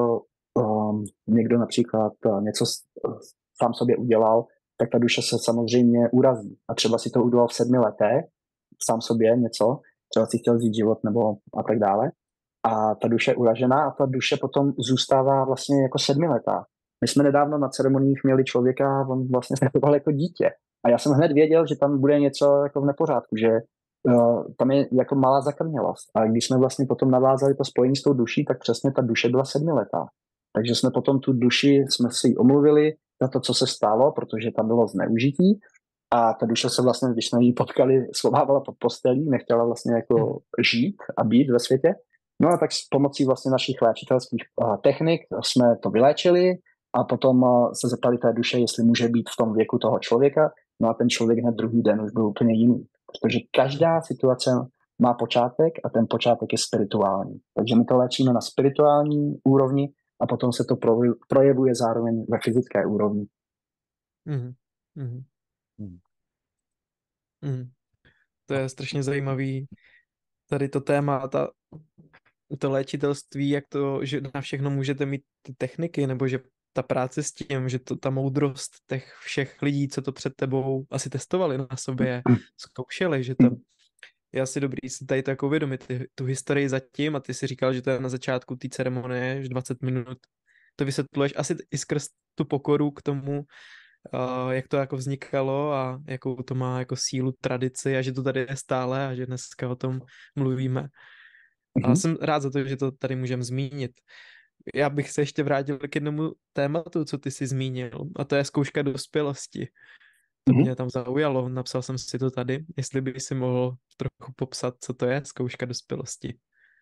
někdo například něco sám sobě udělal, tak ta duše se samozřejmě urazí. A třeba si to udělal v 7 letech, sám sobě něco, třeba si chtěl vzít život nebo a tak dále. A ta duše je uražená a ta duše potom zůstává vlastně jako 7letá. My jsme nedávno na ceremoniích měli člověka, on vlastně se choval jako dítě. A já jsem hned věděl, že tam bude něco jako v nepořádku, že tam je jako malá zakrnělost. A když jsme vlastně potom navázali to spojení s tou duší, tak přesně ta duše byla 7letá. Takže jsme potom tu duši, jsme si ji omluvili za to, co se stalo, protože tam bylo zneužití. A ta duše se vlastně, když jsme ji potkali, schovávala pod postelí, nechtěla vlastně jako žít a být ve světě. No a tak s pomocí vlastně našich léčitelských technik jsme to vyléčili a potom se zeptali té duše, jestli může být v tom věku toho člověka. No a ten člověk hned druhý den už byl úplně jiný. Protože každá situace má počátek a ten počátek je spirituální. Takže my to léčíme na spirituální úrovni a potom se to projevuje zároveň ve fyzické úrovni. Mhm. Mhm. Hmm. Mhm. To je strašně zajímavý, tady to téma, to léčitelství, jak to, že na všechno můžete mít ty techniky, nebo že ta práce s tím, že ta moudrost těch všech lidí, co to před tebou asi testovali na sobě, zkoušeli, že to je asi dobrý si tady to jako uvědomit, tu historii zatím, a ty si říkal, že to je na začátku té ceremonie, že 20 minut to vysvětluješ asi i skrz tu pokoru k tomu, jak to jako vznikalo a jakou to má jako sílu, tradici a že to tady je stále a že dneska o tom mluvíme. A jsem rád za to, že to tady můžeme zmínit. Já bych se ještě vrátil k jednomu tématu, co ty jsi zmínil, a to je zkouška dospělosti. To mě tam zaujalo, napsal jsem si to tady, jestli by si mohl trochu popsat, co to je zkouška dospělosti.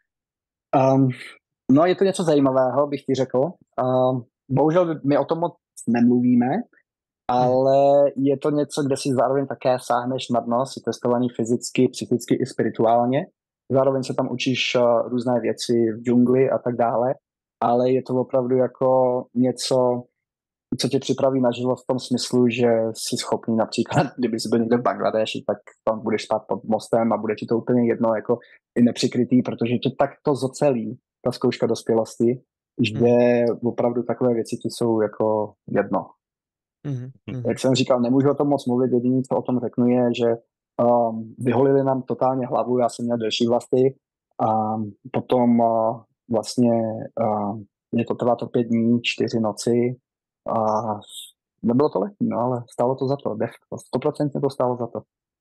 No, je to něco zajímavého, bych ti řekl. Bohužel my o tom moc nemluvíme, ale je to něco, kde si zároveň také sáhneš na dno, si testovaný fyzicky, psychicky i spirituálně. Zároveň se tam učíš různé věci v džungli a tak dále, ale je to opravdu jako něco, co tě připraví na život v tom smyslu, že jsi schopný například, kdyby jsi byl někde v Bangladeši, tak tam budeš spát pod mostem a bude ti to úplně jedno, jako i nepřikrytý, protože tě tak to zocelí, ta zkouška dospělosti, že opravdu takové věci ti jsou jako jedno. Jak jsem říkal, nemůžu o tom moc mluvit, jediné, co o tom řeknu, je, že vyholili nám totálně hlavu, já jsem měl delší vlasy a potom vlastně je to trvá to 5 dní, 4 noci a nebylo to lehké, no, ale stálo to za to, 100% to stálo za to.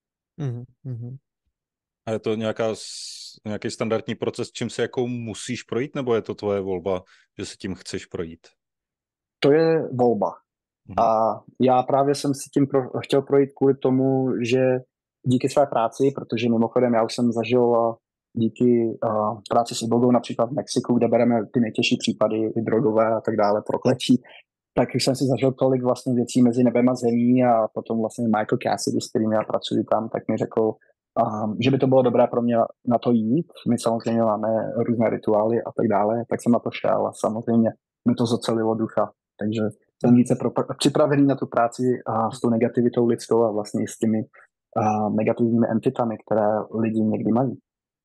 A je to nějaký standardní proces, čím se jako musíš projít, nebo je to tvoje volba, že si tím chceš projít? To je volba. A já právě jsem si tím chtěl projít kvůli tomu, že díky své práci, protože mimochodem já už jsem zažil díky práci s Ibogou například v Mexiku, kde bereme ty nejtěžší případy, i drogové a tak dále, prokletí, tak už jsem si zažil tolik vlastně věcí mezi nebem a zemí a potom vlastně Michael Cassidy, s kterým já pracuji tam, tak mi řekl, že by to bylo dobré pro mě na to jít. My samozřejmě máme různé rituály a tak dále, tak jsem na to šel a samozřejmě mi to zocelilo ducha. Takže jsem více připravený na tu práci s tou negativitou lidskou a vlastně s těmi negativními entitami, které lidi někdy mají.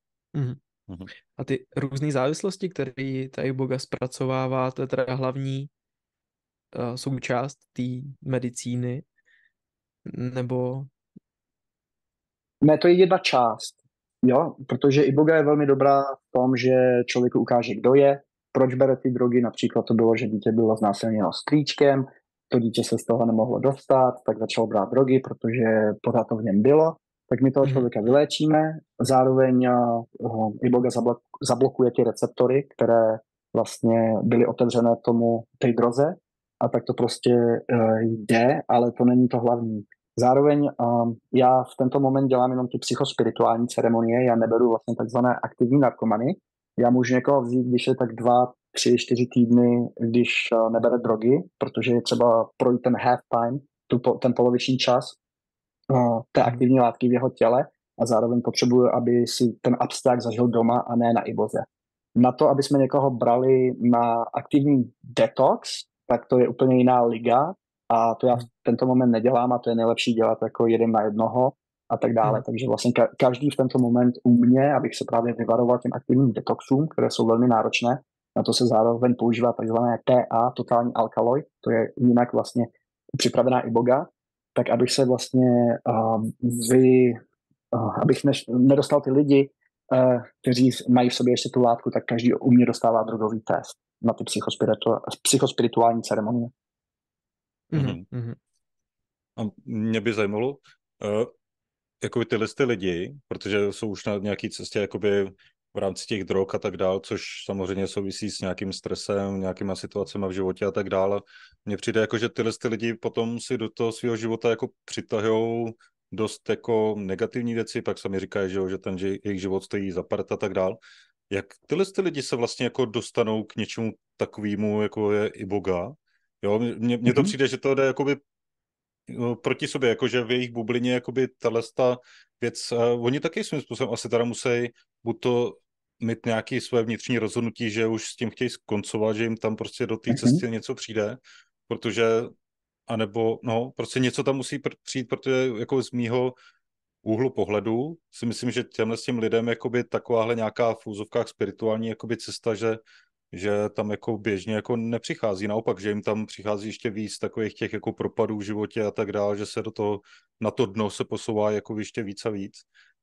A ty různé závislosti, které ta Iboga zpracovává, to je teda hlavní součást té medicíny, nebo... Ne, to je jedna část, jo, protože Iboga je velmi dobrá v tom, že člověku ukáže, kdo je, proč bere ty drogy, například to bylo, že dítě bylo znásilněno strýčkem, to dítě se z toho nemohlo dostat, tak začalo brát drogy, protože pořád to v něm bylo, tak my toho člověka vyléčíme, zároveň Iboga zablokuje ty receptory, které vlastně byly otevřené té droze, a tak to prostě jde, ale to není to hlavní. Zároveň já v tento moment dělám jenom ty psychospirituální ceremonie, já neberu vlastně takzvané aktivní narkomany. Já můžu někoho vzít, když je tak 2, 3, 4 týdny, když nebere drogy, protože je třeba projít ten half time, ten poloviční čas té aktivní látky v jeho těle a zároveň potřebuju, aby si ten abstrakt zažil doma a ne na Iboze. Na to, aby jsme někoho brali na aktivní detox, tak to je úplně jiná liga a to já v tento moment nedělám a to je nejlepší dělat jako 1 na 1 a tak dále. Takže vlastně každý v tento moment u mě, abych se právě vyvaroval těm aktivním detoxům, které jsou velmi náročné, na to se zároveň používá takzvané TA, totální alkaloid, to je jinak vlastně připravená Iboga, tak abych se vlastně abych nedostal ty lidi, kteří mají v sobě ještě tu látku, tak každý u mě dostává drogový test na ty psychospirituální ceremonie. A mě by zajímalo, jako tyhle lidi, protože jsou už na nějaké cestě jakoby v rámci těch drog a tak dál, což samozřejmě souvisí s nějakým stresem, nějakýma situacemi v životě a tak dále. Mně přijde jako, že tyhle lidi potom si do toho svého života jako přitahujou dost jako negativní věci, pak sami říkají, že ten jejich život stojí za prd a tak dál. Jak tyhle lidi se vlastně jako dostanou k něčemu takovému, jako je Iboga? Jo, mně to přijde, že to jde jakoby proti sobě, jakože v jejich bublině jakoby ta věc, oni taky svým způsobem asi teda musí buď to mít nějaké své vnitřní rozhodnutí, že už s tím chtějí skoncovat, že jim tam prostě do té cesty něco přijde, protože, anebo, no, prostě něco tam musí přijít, protože jako z mýho úhlu pohledu si myslím, že těmhle s tím lidem jakoby takováhle nějaká v úzovkách spirituální jakoby cesta, že tam jako běžně jako nepřichází, naopak, že jim tam přichází ještě víc takových těch jako propadů v životě a tak dále, že se do toho, na to dno se posouvá jako ještě víc a víc.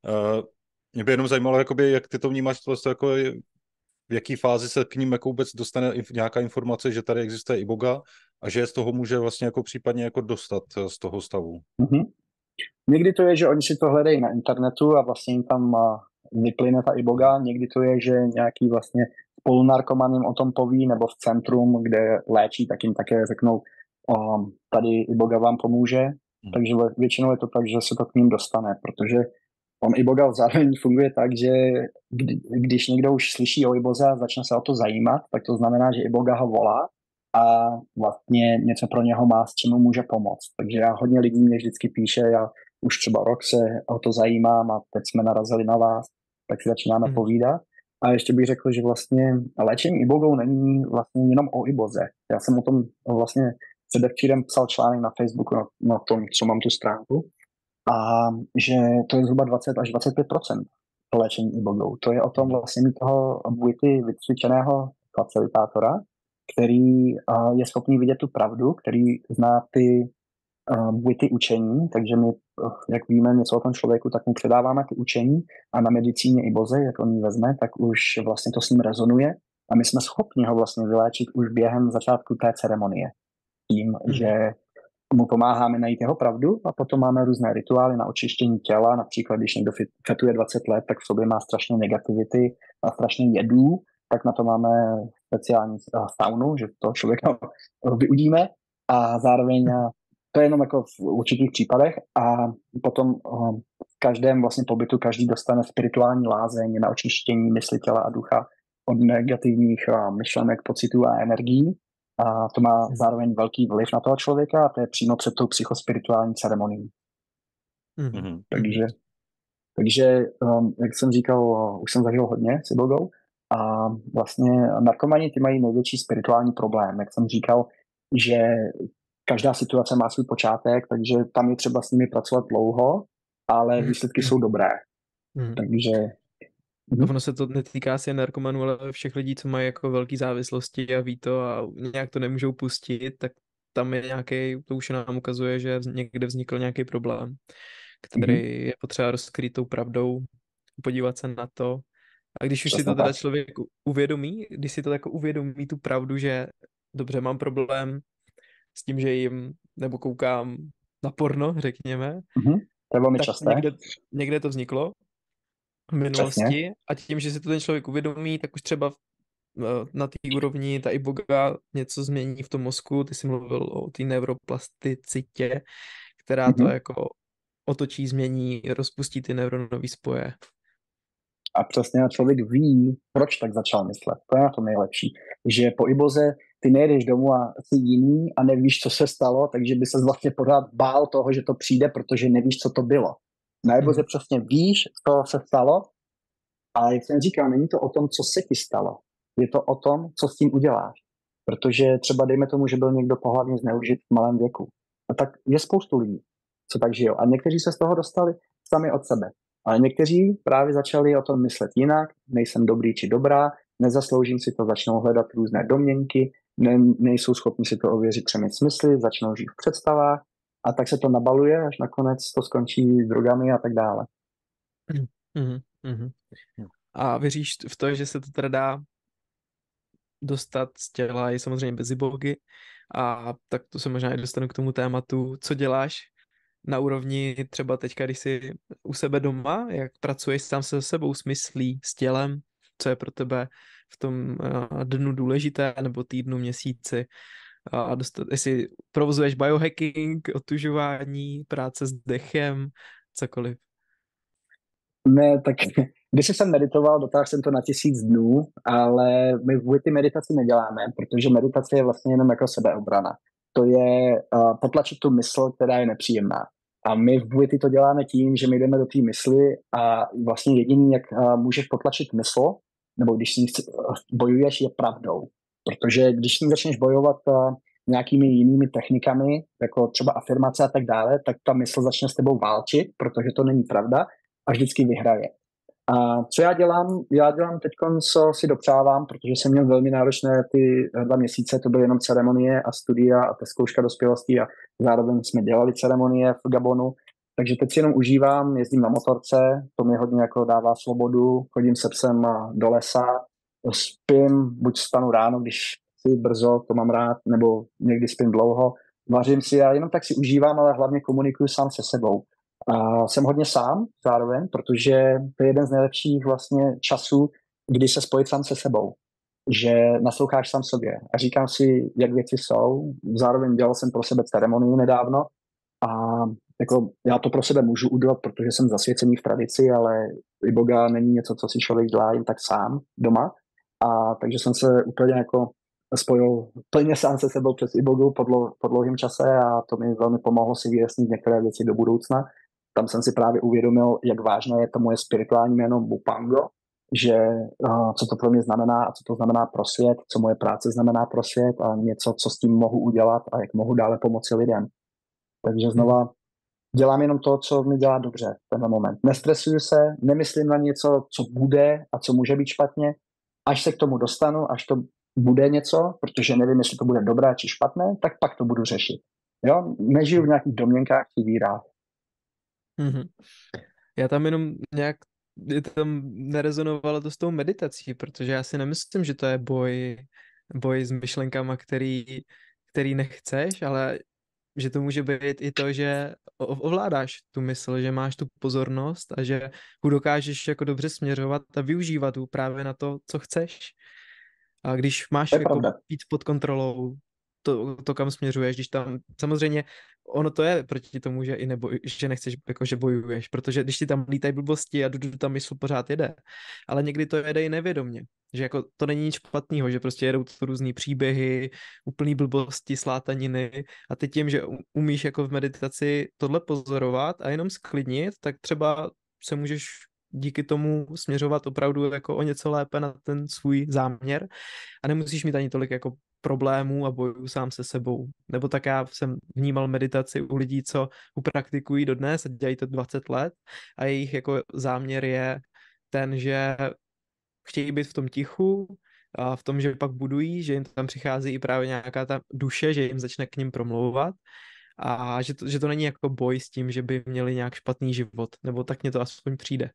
Mě by jenom zajímalo, jakoby, jak ty to vnímáš, to jako v jaký fázi se k ním jako vůbec dostane nějaká informace, že tady existuje i Boga a že z toho může vlastně jako případně jako dostat z toho stavu. Někdy to je, že oni si to hledají na internetu a vlastně jim tam vyplyne ta iboga. Někdy to je, že nějaký vlastně spolunarkoman jim o tom poví, nebo v centrum, kde léčí, tak jim také řeknou, tady iboga vám pomůže. Takže většinou je to tak, že se to k ním dostane, protože on iboga zároveň funguje tak, že když někdo už slyší o iboze a začne se o to zajímat, tak to znamená, že iboga ho volá a vlastně něco pro něho má, s čím mu může pomoct. Takže já hodně lidí mě vždycky píše, já už třeba rok se o to zajímám a teď jsme narazili na vás, tak si začínáme povídat. A ještě bych řekl, že vlastně léčení ibogou není vlastně jenom o iboze. Já jsem o tom vlastně předevčírem psal článek na Facebooku na tom, co mám tu stránku, a že to je zhruba 20 až 25% léčení ibogou. To je o tom vlastně mít toho buity vycvičeného facilitátora, který je schopný vidět tu pravdu, který zná ty buity učení, takže my, jak víme něco o tom člověku, tak mu předáváme ty učení a na medicíně iboze, jak on ji vezme, tak už vlastně to s ním rezonuje a my jsme schopni ho vlastně vyléčit už během začátku té ceremonie. Tím, že mu pomáháme najít jeho pravdu a potom máme různé rituály na očištění těla, například když někdo fetuje 20 let, tak v sobě má strašně negativity a strašně jedů, tak na to máme speciální saunu, že to člověka vyudíme a zároveň to je jenom jako v určitých případech a potom v každém vlastně pobytu každý dostane spirituální lázeň na očištění mysli, těla a ducha od negativních myšlenek, pocitů a energií. A to má zároveň velký vliv na toho člověka a to je přímo před tou psychospirituální ceremonií. Takže jak jsem říkal, už jsem zažil hodně s ibogou a vlastně narkomani ty mají největší spirituální problém. Jak jsem říkal, že každá situace má svůj počátek, takže tam je třeba s nimi pracovat dlouho, ale výsledky jsou dobré. Takže ono se to netýká asi narkomanů, ale všech lidí, co mají jako velké závislosti a ví to a nějak to nemůžou pustit, tak tam je nějaký, to už nám ukazuje, že někde vznikl nějaký problém, který je potřeba rozkrýt tou pravdou, podívat se na to. A když už si to teda člověk uvědomí, když si to jako uvědomí tu pravdu, že dobře, mám problém s tím, že jim nebo koukám na porno, řekněme, to je velmi časté. Někde to vzniklo v minulosti. Přesně. A tím, že si to ten člověk uvědomí, tak už třeba na té úrovni ta iboga něco změní v tom mozku. Ty jsi mluvil o té neuroplasticitě, která to jako otočí, změní, rozpustí ty neuronové spoje. A přesně člověk ví, proč tak začal myslet. To je na to nejlepší. Že po iboze ty nejdeš domů a jsi jiný a nevíš, co se stalo, takže by se vlastně pořád bál toho, že to přijde, protože nevíš, co to bylo. Na iboze přesně víš, co se stalo, ale jak jsem říkal, není to o tom, co se ti stalo. Je to o tom, co s tím uděláš. Protože třeba dejme tomu, že byl někdo pohlavně zneužit v malém věku. A tak je spoustu lidí, co tak žijou. A někteří se z toho dostali sami od sebe. Ale někteří právě začali o tom myslet jinak, nejsem dobrý či dobrá, nezasloužím si to, začnou hledat různé domněnky, nejsou schopni si to ověřit třemi smysly, začnou žít v představách a tak se to nabaluje, až nakonec to skončí s drogami a tak dále. A věříš v to, že se to teda dá dostat z těla i samozřejmě bez ibogy a tak to se možná i dostanu k tomu tématu, co děláš na úrovni třeba teďka, když jsi u sebe doma, jak pracuješ sám se sebou, s myslí, s tělem, co je pro tebe v tom dnu důležité, nebo týdnu, měsíci, a jestli provozuješ biohacking, otužování, práce s dechem, cokoliv. Ne, tak když jsem meditoval, dotáhl jsem to na 1000 dnů, ale my vůbec ty meditaci neděláme, protože meditace je vlastně jenom jako sebeobrana. to je potlačit tu mysl, která je nepříjemná. A my v Buity to děláme tím, že my jdeme do té mysli a vlastně jediný, jak můžeš potlačit mysl, nebo když s ní bojuješ, je pravdou. Protože když s ní začneš bojovat nějakými jinými technikami, jako třeba afirmace a tak dále, tak ta mysl začne s tebou válčit, protože to není pravda a vždycky vyhraje. A co já dělám? Já dělám teď, co si dopřávám, protože jsem měl velmi náročné ty 2 měsíce, to byly jenom ceremonie a studia a ta zkouška dospělosti a zároveň jsme dělali ceremonie v Gabonu, takže teď si jenom užívám, jezdím na motorce, to mi hodně jako dává svobodu, chodím se psem do lesa, spím, buď stanu ráno, když si brzo, to mám rád, nebo někdy spím dlouho, vařím si a jenom tak si užívám, ale hlavně komunikuju sám se sebou. A jsem hodně sám zároveň, protože to je jeden z nejlepších vlastně časů, kdy se spojit sám se sebou. Že nasloucháš sám sobě a říkám si, jak věci jsou. Zároveň dělal jsem pro sebe ceremonii nedávno a jako já to pro sebe můžu udělat, protože jsem zasvěcený v tradici, ale iboga není něco, co si člověk dělá jen tak sám doma. A takže jsem se úplně jako spojil plně sám se sebou přes ibogu po dlouhém čase a to mi velmi pomohlo si vyjasnit některé věci do budoucna. Tam jsem si právě uvědomil, jak vážné je to moje spirituální jméno Bupango, že co to pro mě znamená a co to znamená pro svět, co moje práce znamená pro svět a něco, co s tím mohu udělat a jak mohu dále pomoci lidem. Takže znova dělám jenom to, co mi dělá dobře v tenhle moment. Nestresuju se, nemyslím na něco, co bude a co může být špatně. Až se k tomu dostanu, až to bude něco, protože nevím, jestli to bude dobré či špatné, tak pak to budu řešit. Jo? Nežiju v nějakých domněnkách či vírách. Mm-hmm. Já tam jenom nějak tam nerezonovalo to s tou meditací, protože já si nemyslím, že to je boj s myšlenkama, který nechceš, ale že to může být i to, že ovládáš tu mysl, že máš tu pozornost a že ho dokážeš jako dobře směřovat a využívat ho právě na to, co chceš. A když máš jako víc pod kontrolou to, kam směřuješ, když tam, samozřejmě ono to je proti tomu, že i že nechceš, jako že bojuješ, protože když ti tam lítají blbosti a ta mysl pořád jede, ale někdy to jede i nevědomně, že jako to není nic špatného, že prostě jedou to různý příběhy, úplný blbosti, slátaniny a ty tím, že umíš jako v meditaci tohle pozorovat a jenom sklidnit, tak třeba se můžeš díky tomu směřovat opravdu jako o něco lépe na ten svůj záměr a nemusíš mít ani tolik jako problémů a bojů sám se sebou. Nebo tak já jsem vnímal meditaci u lidí, co upraktikují dodnes a dělají to 20 let a jejich jako záměr je ten, že chtějí být v tom tichu a v tom, že pak budují, že jim tam přichází i právě nějaká ta duše, že jim začne k ním promlouvat a že to není jako boj s tím, že by měli nějak špatný život, nebo tak mně to aspoň přijde.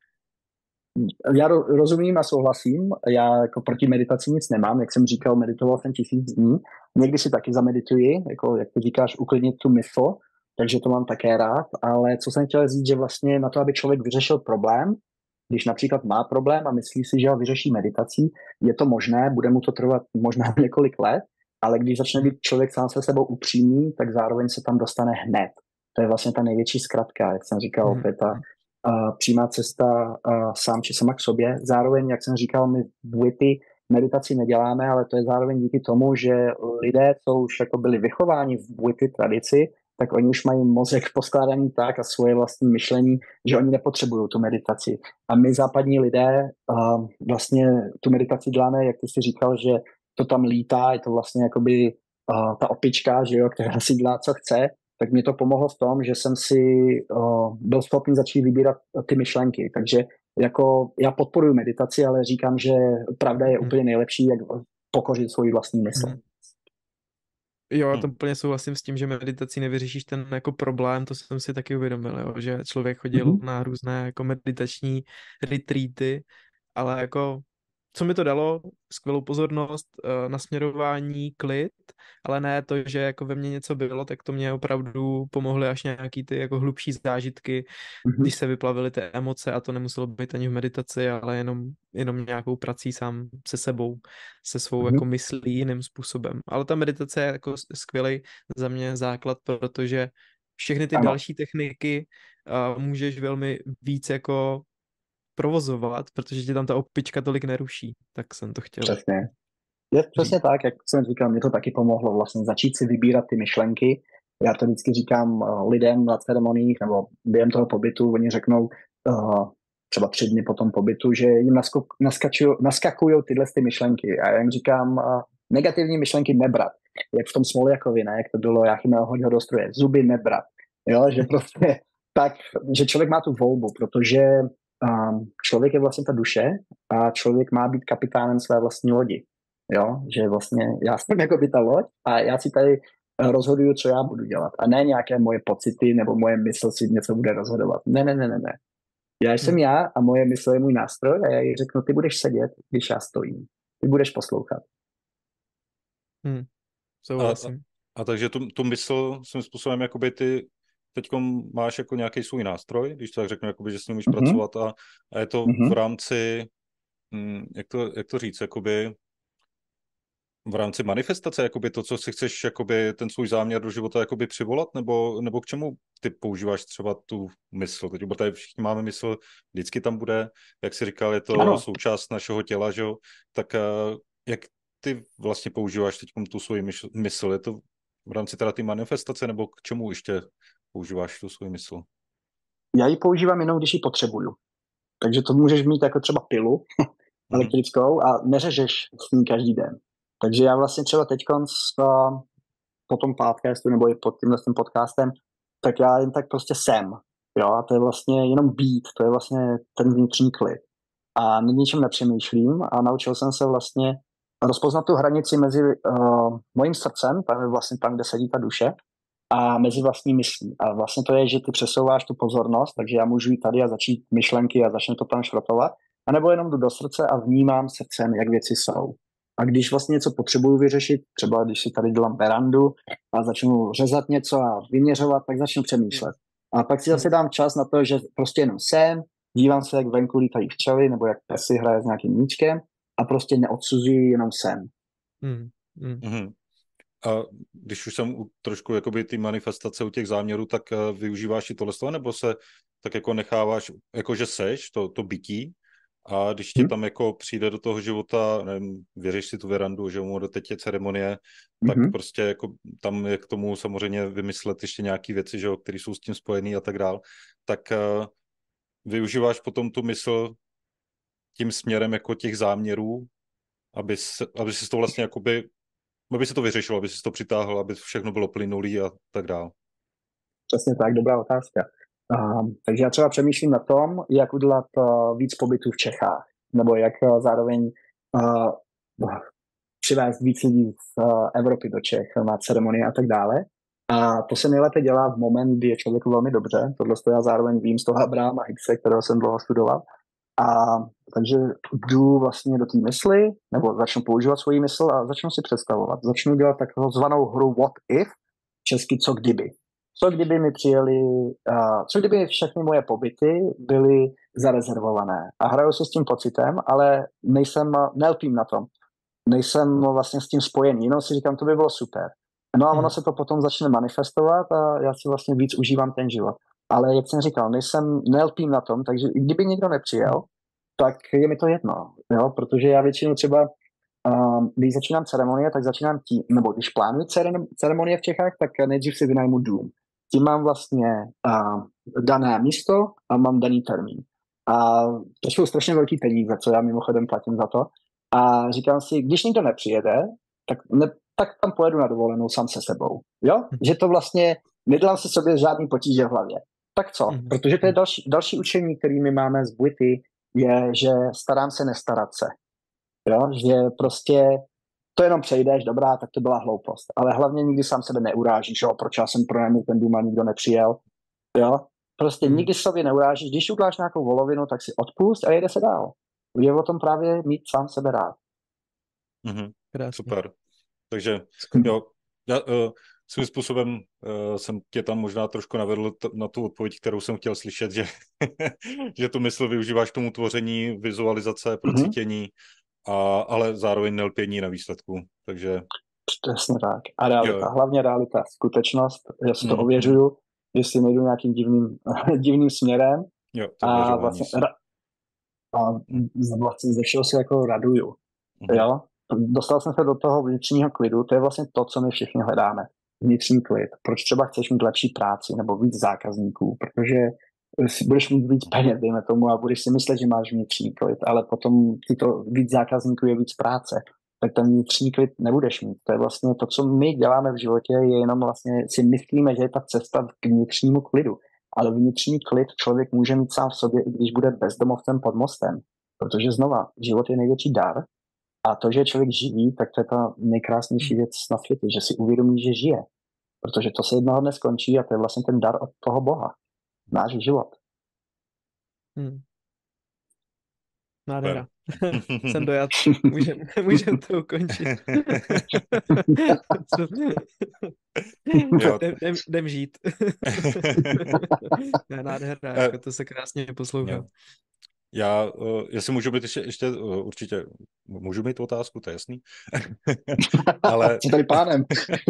Já rozumím a souhlasím, já jako proti meditaci nic nemám, jak jsem říkal, meditoval jsem 1000 dní, někdy si taky zamedituji, jako jak ty říkáš, uklidnit tu mysl, takže to mám také rád, ale co jsem chtěl říct, že vlastně na to, aby člověk vyřešil problém, když například má problém a myslí si, že ho vyřeší meditací, je to možné, bude mu to trvat možná několik let, ale když začne být člověk sám se sebou upřímný, tak zároveň se tam dostane hned. To je vlastně ta největší zkratka, jak jsem říkal, opět ta přímá cesta sám či sama k sobě. Zároveň, jak jsem říkal, my v Buity meditaci neděláme, ale to je zároveň díky tomu, že lidé, co už jako byli vychováni v Buity tradici, tak oni už mají mozek poskládaný tak a svoje vlastní myšlení, že oni nepotřebují tu meditaci. A my západní lidé vlastně tu meditaci děláme, jak ty jsi říkal, že to tam lítá, je to vlastně jakoby ta opička, že jo, která si dělá, co chce, tak mě to pomohlo v tom, že jsem si byl schopný začít vybírat ty myšlenky. Takže jako já podporuji meditaci, ale říkám, že pravda je úplně nejlepší, jak pokořit svoji vlastní mysl. Jo, já to úplně souhlasím s tím, že meditací nevyřešíš ten jako problém, to jsem si taky uvědomil, jo, že člověk chodil na různé jako meditační retreaty, ale jako co mi to dalo, skvělou pozornost, nasměrování, klid, ale ne to, že jako ve mně něco bylo, tak to mě opravdu pomohly až nějaký ty jako hlubší zážitky, když se vyplavily ty emoce a to nemuselo být ani v meditaci, ale jenom nějakou prací sám se sebou, se svou jako myslí jiným způsobem. Ale ta meditace je jako skvělý za mě základ, protože všechny ty další techniky můžeš velmi víc jako provozovat, protože ti tam ta opička tolik neruší, tak jsem to chtěl. Přesně. Je přesně tak, jak jsem říkal, mě to taky pomohlo vlastně začít si vybírat ty myšlenky. Já to vždycky říkám lidem na ceremoniích nebo během toho pobytu, oni řeknou třeba 3 dny po tom pobytu, že jim naskakují tyhle ty myšlenky. A já jim říkám, negativní myšlenky nebrat. Jak v tom Smoljakovi, ne? Jak to bylo, Jáchyma, hoď ho do stroje. Zuby nebrat. Jo, že prostě tak, že člověk má tu volbu, protože člověk je vlastně ta duše a člověk má být kapitánem své vlastní lodi. Jo, že vlastně já jsem jako by ta loď a já si tady rozhoduju, co já budu dělat. A ne nějaké moje pocity nebo moje mysl si něco bude rozhodovat. Ne. Já jsem já a moje mysl je můj nástroj a já jí řeknu, ty budeš sedět, když já stojím. Ty budeš poslouchat. A takže tu mysl svým způsobem, jakoby ty teďko máš jako nějaký svůj nástroj, když to tak řeknu, jakoby, že s ním můžeš pracovat a je to v rámci, jak to říct, jakoby v rámci manifestace, jakoby to, co si chceš, jakoby ten svůj záměr do života jakoby přivolat, nebo k čemu ty používáš třeba tu mysl? Teď tady všichni máme mysl, vždycky tam bude, jak jsi říkal, je to součást našeho těla, že jo? Tak jak ty vlastně používáš teď tu svoji mysl? Je to v rámci teda ty manifestace, nebo k čemu ještě používáš tu svoji mysl? Já ji používám jenom, když ji potřebuju. Takže to můžeš mít jako třeba pilu elektrickou a neřežeš s ní každý den. Takže já vlastně třeba teď po tom podcastu nebo i pod tímhle tím podcastem, tak já jen tak prostě jsem. Jo, a to je vlastně jenom být, to je vlastně ten vnitřní klid. A nad ničem nepřemýšlím a naučil jsem se vlastně rozpoznat tu hranici mezi mojím srdcem, vlastně tam, kde sedí ta duše, a mezi vlastní myslí. A vlastně to je, že ty přesouváš tu pozornost, takže já můžu jít tady a začít myšlenky a začnu to tam šrotovat, anebo jenom jdu do srdce a vnímám srdcem, jak věci jsou. A když vlastně něco potřebuju vyřešit, třeba když si tady dělám berandu a začnu řezat něco a vyměřovat, tak začnu přemýšlet. A pak si zase dám čas na to, že prostě jenom jsem, dívám se, jak venku lítají včely, nebo jak pes si hraje s nějakým míčkem a prostě neodsuzuji, jenom jsem. A když už jsem trošku jakoby ty manifestace u těch záměrů, tak využíváš i tohle, nebo se tak jako necháváš, jako že seš, to bytí, a když tě tam jako přijde do toho života, nevím, věříš si tu verandu, že mu teď je ceremonie, tak prostě jako tam je k tomu samozřejmě vymyslet ještě nějaký věci, že, které jsou s tím spojený a tak dál, tak využíváš potom tu mysl tím směrem jako těch záměrů, aby si to vlastně jakoby, aby se to vyřešilo, aby si to přitáhl, aby všechno bylo plynulý a tak dál. Přesně tak, dobrá otázka. Takže já třeba přemýšlím na tom, jak udělat víc pobytů v Čechách, nebo jak zároveň přivést víc lidí z Evropy do Čech na ceremonie a tak dále. A to se nejlépe dělá v moment, kdy je člověku velmi dobře. Tohle já zároveň vím z toho Abrahama Hickse, kterého jsem dlouho studoval. A takže jdu vlastně do té mysli, nebo začnu používat svoji mysl a začnu si představovat. Začnu dělat takovou zvanou hru What If, česky Co kdyby. Co kdyby mi přijeli, co kdyby všechny moje pobyty byly zarezervované. A hraju se s tím pocitem, ale nelpím na tom. Nejsem vlastně s tím spojený, jenom si říkám, to by bylo super. No a ono se to potom začne manifestovat a já si vlastně víc užívám ten život. Ale jak jsem říkal, nelpím na tom, takže i kdyby nikdo nepřijel, tak je mi to jedno, jo? Protože já většinou třeba, když začínám ceremonie, tak začínám tím, nebo když plánuji ceremonie v Čechách, tak nejdřív si vynajmu dům. Tím mám vlastně dané místo a mám daný termín. A to jsou strašně velký peníze, co já mimochodem platím za to. A říkám si, když nikdo nepřijede, tak tam pojedu na dovolenou sám se sebou. Jo? Že to vlastně nedělám si sobě žádný potíže v hlavě. Tak co? Protože to je další učení, který my máme z Buity, je, že starám se nestarat se. Jo? Že prostě to jenom přejdeš, dobrá, tak to byla hloupost. Ale hlavně nikdy sám sebe neurážíš, jo? Proč já jsem pronajmul ten dům a nikdo nepřijel. Jo? Prostě nikdy sobě neurážíš. Když uděláš nějakou volovinu, tak si odpust a jede se dál. Je o tom právě mít sám sebe rád. Super. Takže jo, já svým způsobem jsem tě tam možná trošku navedl na tu odpověď, kterou jsem chtěl slyšet, že, že tu mysl využíváš tomu tvoření, vizualizace, procítění, ale zároveň nelpění na výsledku. Takže... Přesně tak. A realita, hlavně realita, skutečnost, já si to ověřuju, jestli nejdu nějakým divným směrem. Jo, a vlastně ze všeho si jako raduju. Jo? dostal jsem se do toho vnitřního klidu, to je vlastně to, co my všichni hledáme. Vnitřní klid. Proč třeba chceš mít lepší práci nebo víc zákazníků? Protože budeš mít víc peněz, dejme tomu, a budeš si myslet, že máš vnitřní klid, ale potom to víc zákazníků je víc práce. Tak ten vnitřní klid nebudeš mít. To je vlastně to, co my děláme v životě, je jenom vlastně si myslíme, že je ta cesta k vnitřnímu klidu. Ale vnitřní klid člověk může mít sám v sobě, i když bude bezdomovcem pod mostem. Protože znova, život je největší dar a to, že je člověk živý, tak to je ta nejkrásnější věc na světě, že si uvědomí, že žije. Protože to se jednoho dne skončí a to je vlastně ten dar od toho Boha. Náš život. Nádhera. Jsem dojat. Můžem to ukončit. Jdem žít. Nádhera, jako to se krásně poslouchá. Já, jestli můžu být ještě určitě, můžu mít otázku, to je jasný. Ale... Jsi tady pánem.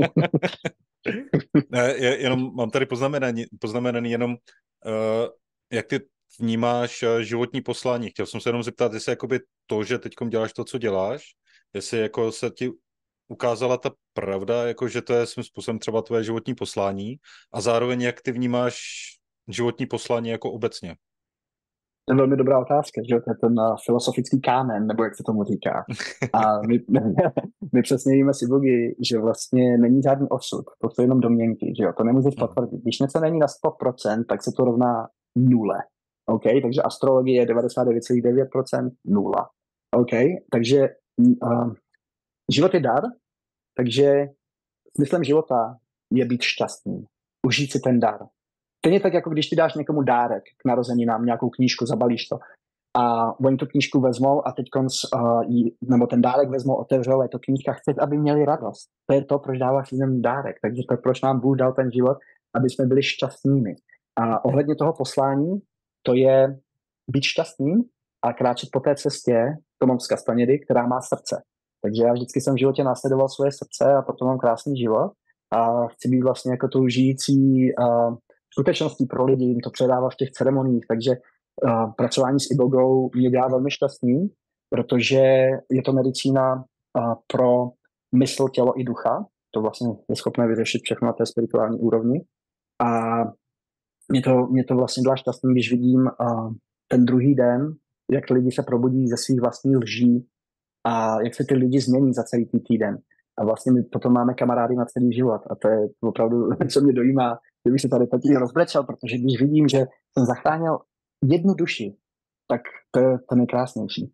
Jenom mám tady poznamenaný jenom, jak ty vnímáš životní poslání. Chtěl jsem se jenom zeptat, jestli jakoby to, že teďkom děláš to, co děláš, jestli jako se ti ukázala ta pravda, jako že to je svým způsobem třeba tvoje životní poslání a zároveň jak ty vnímáš životní poslání jako obecně. To je velmi dobrá otázka, že to je ten filosofický kámen, nebo jak se tomu říká. A my přesně víme si bogy, že vlastně není žádný osud, to jsou jenom domněnky, že jo, to nemůžeš potvrdit. Když něco není na 100%, tak se to rovná nule. OK, takže astrologie je 99,9% nula. OK, takže život je dar, takže smyslem života je být šťastný, užít si ten dar. Stejně tak, jako když ty dáš někomu dárek k narozeninám, nějakou knížku, zabalíš to a oni tu knížku vezmou a teď nebo ten dárek vezmou, otevřou, je to knížka, chceš, aby měli radost. To je to, proč dáváš lidem dárek. Takže to, proč nám Bůh dal ten život, aby jsme byli šťastnými. A ohledně toho poslání, to je být šťastným a kráčet po té cestě, to mám z Kastanědy, která má srdce. Takže já vždycky jsem v životě následoval svoje srdce a potom mám krásný život a chci být vlastně jako tou žijící skutečností pro lidi, jim to předává v těch ceremoniích, takže pracování s ibogou mě dělá velmi šťastný, protože je to medicína pro mysl, tělo i ducha, to vlastně je schopné vyřešit všechno na té spirituální úrovni a mě to vlastně dělá šťastný, když vidím ten druhý den, jak lidi se probudí ze svých vlastních lží a jak se ty lidi změní za celý týden. A vlastně my potom máme kamarády na celý život a to je opravdu, co mě dojímá, kdybych se tady taky rozbrečel, protože když vidím, že jsem zachránil jednu duši, tak to je to nejkrásnější.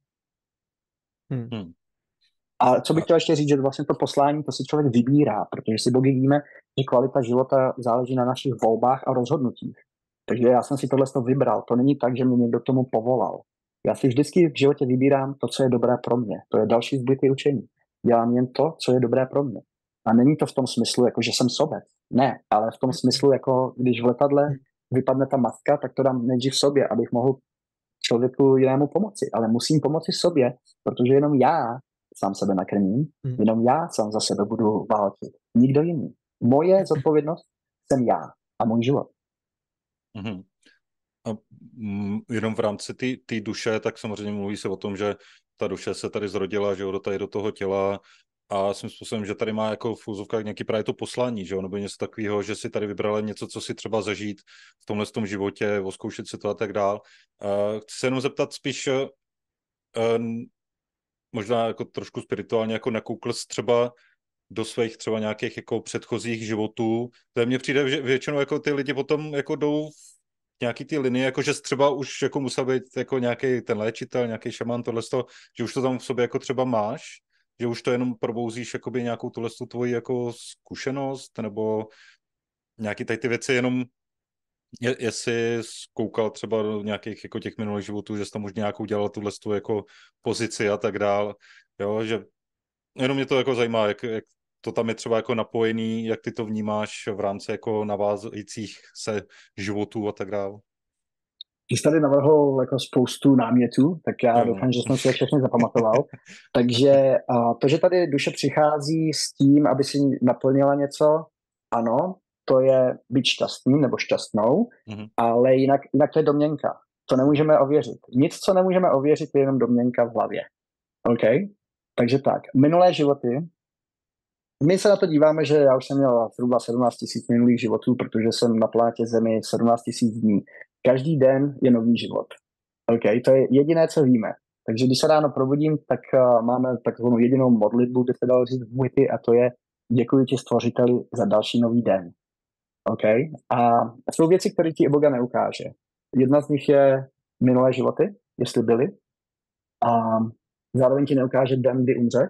A co bych chtěl ještě říct, že vlastně to poslání, to si člověk vybírá, protože si bogy víme, že kvalita života záleží na našich volbách a rozhodnutích. Takže já jsem si tohle vybral. To není tak, že mě někdo k tomu povolal. Já si vždycky v životě vybírám to, co je dobré pro mě. To je další zbytý učení. Dělám jen to, co je dobré pro mě. A není to v tom smyslu, jako že jsem sobec. Ne, ale v tom smyslu, jako když v letadle vypadne ta maska, tak to dám nejdřív sobě, abych mohl člověku jinému pomoci. Ale musím pomoci sobě, protože jenom já sám sebe nakrmím, jenom já sám za sebe budu válčit. Nikdo jiný. Moje zodpovědnost jsem já a můj život. A jenom v rámci té duše, tak samozřejmě mluví se o tom, že ta duše se tady zrodila, že jo, tady do toho těla a svým způsobem, že tady má jako v úzovkách nějaký právě to poslání, že jo, nebo něco takového, že si tady vybrala něco, co si třeba zažít v tomhle tom životě, oskoušet si to a tak dál. Chci se jenom zeptat spíš možná jako trošku spirituálně, jako nakoukl jsi třeba do svých třeba nějakých jako předchozích životů. To mně přijde, že většinou jako ty lidi potom jako jdou nějaký ty linie, jako že třeba už jako musel být jako nějaký ten léčitel, nějaký šaman, tohleto, že už to tam v sobě jako třeba máš, že už to jenom probouzíš jakoby nějakou tohleto tvoji jako zkušenost, nebo nějaký tady ty věci jenom, jestli koukal třeba do nějakých jako těch minulých životů, že jsi tam už nějakou dělal tuhleto jako pozici a tak dál, jo, že jenom mě to jako zajímá, jak to tam je třeba jako napojený, jak ty to vnímáš v rámci jako navázajících se životů a tak dále. Ty jsi tady navrhl jako spoustu námětů, tak já doufám, že jsem si je všechny zapamatoval. Takže to, že tady duše přichází s tím, aby si naplnila něco, ano, to je být šťastným nebo šťastnou, ale jinak to je domněnka. To nemůžeme ověřit. Nic, co nemůžeme ověřit, je jenom domněnka v hlavě. OK? Takže tak, minulé životy. My se na to díváme, že já už jsem měl zhruba 17 000 minulých životů, protože jsem na planetě Zemi 17 000 dní. Každý den je nový život. Okay? To je jediné, co víme. Takže když se ráno probudím, tak máme takovou jedinou modlitbu, by se dalo říct v Wiki, a to je děkuji ti stvořiteli za další nový den. Okay? A jsou věci, které ti Boga neukáže. Jedna z nich je minulé životy, jestli byly. A zároveň ti neukáže den, kdy umře.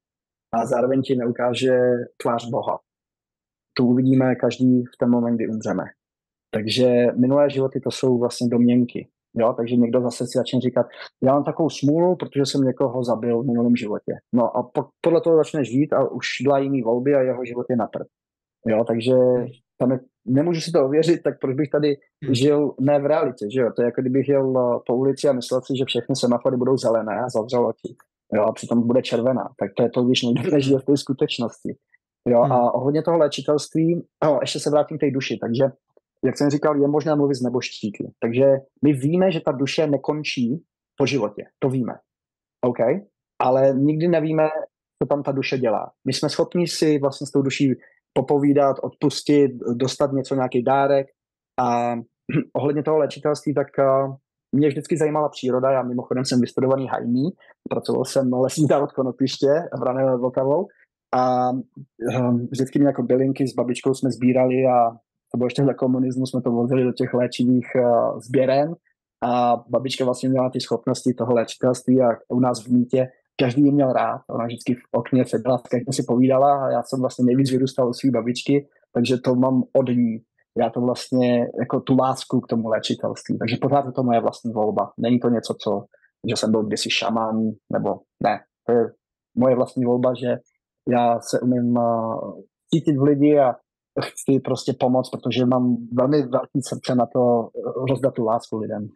A zároveň ti neukáže tvář Boha. To uvidíme každý v ten moment, kdy umřeme. Takže minulé životy to jsou vlastně domněnky. Jo? Takže někdo zase si začne říkat, já mám takovou smůlu, protože jsem někoho zabil v minulém životě. No a podle toho začne žít a už dělá jiný volby a jeho život je na prd. Jo? Takže tam nemůžu si to ověřit, tak proč bych tady žil ne v realitě, že jo? To je jako kdybych jel po ulici a myslel si, že všechny semafory budou zelené a zavřel oči. Jo, a přitom bude červená. Tak to je to, když někdo nežije v té skutečnosti. Jo, a ohledně toho léčitelství, ještě se vrátím k té duši, takže, jak jsem říkal, je možné mluvit s nebožtíky. Takže my víme, že ta duše nekončí po životě. To víme. OK? Ale nikdy nevíme, co tam ta duše dělá. My jsme schopni si vlastně s tou duší popovídat, odpustit, dostat něco, nějaký dárek. A ohledně toho léčitelství, tak mě vždycky zajímala příroda. Já mimochodem jsem vystudovaný hajný, pracoval jsem lesní závod Konopiště v Rané Vltavou a vždycky mě jako bylinky s babičkou jsme sbírali a to bylo ještě za komunismu, jsme to vozili do těch léčivých sběren a babička vlastně měla ty schopnosti toho léčitelství a u nás v mítě každý ji měl rád. Ona vždycky v okně seděla, každý si povídala a já jsem vlastně nejvíc vyrůstal od své babičky, takže to mám od ní. Já to vlastně jako tu lásku k tomu léčitelství. Takže pořád je to moje vlastní volba. Není to něco, že jsem byl kdysi šamán, nebo ne. To je moje vlastní volba, že já se umím cítit v lidi a chci prostě pomoct, protože mám velmi velký srdce na to rozdat tu lásku lidem.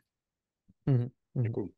Děkuju.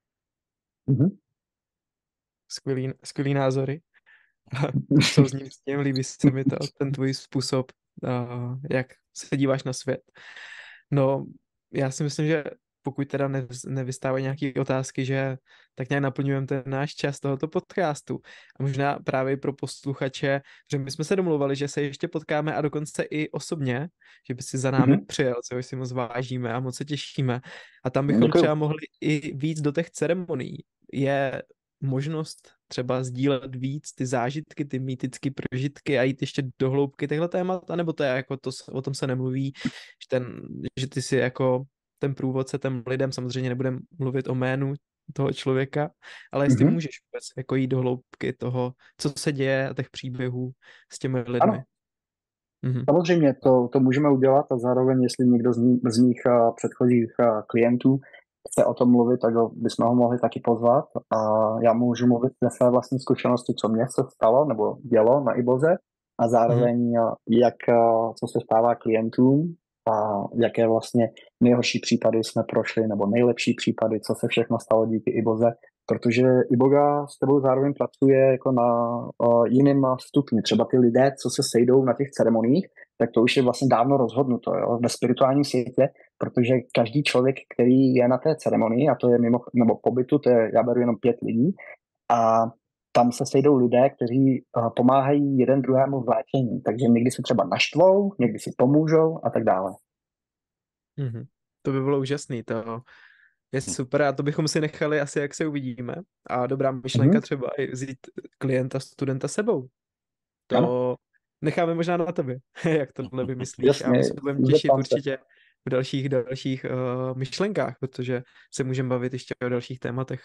Skvělý názory. Souzním s tím, líbí se mi ten tvůj způsob, jak se díváš na svět. No, já si myslím, že pokud teda nevystávají nějaké otázky, že tak nějak naplňujeme ten náš čas tohoto podcastu. A možná právě pro posluchače, že my jsme se domluvali, že se ještě potkáme a dokonce i osobně, že by si za námi přijel, což si moc vážíme a moc se těšíme. A tam bychom třeba mohli i víc do těch ceremonií. Je možnost třeba sdílet víc ty zážitky, ty mýtické prožitky a jít ještě do hloubky těchto témat, anebo to je jako to, o tom se nemluví, že ty si jako ten průvodce těm lidem, samozřejmě nebudem mluvit o jménu toho člověka, ale jestli můžeš vůbec jako jít do hloubky toho, co se děje a těch příběhů s těmi lidmi. Ano. Samozřejmě to můžeme udělat a zároveň, jestli někdo z mých předchozích klientů chce o tom mluvit, tak bychom ho mohli taky pozvat. A já můžu mluvit ze své vlastní zkušenosti, co mně se stalo nebo dělo na Iboze a zároveň co se stává klientům a jaké vlastně nejhorší případy jsme prošli nebo nejlepší případy, co se všechno stalo díky Iboze, protože Iboga s tebou zároveň pracuje jako na jiném stupni. Třeba ty lidé, co se sejdou na těch ceremoniích, tak to už je vlastně dávno rozhodnuto, jo, ve spirituálním světě, protože každý člověk, který je na té ceremonii, a to je nebo pobytu, to je, já beru jenom 5 lidí, a tam se sejdou lidé, kteří pomáhají jeden druhému v léčení. Takže někdy se třeba naštvou, někdy si pomůžou a tak dále. To by bylo úžasný, to je super a to bychom si nechali asi, jak se uvidíme. A dobrá myšlenka třeba i vzít klienta, studenta sebou. To necháme možná na tebe, jak tohle vymyslíš. Jasně, a my se budeme těšit určitě v dalších myšlenkách, protože se můžeme bavit ještě o dalších tématech.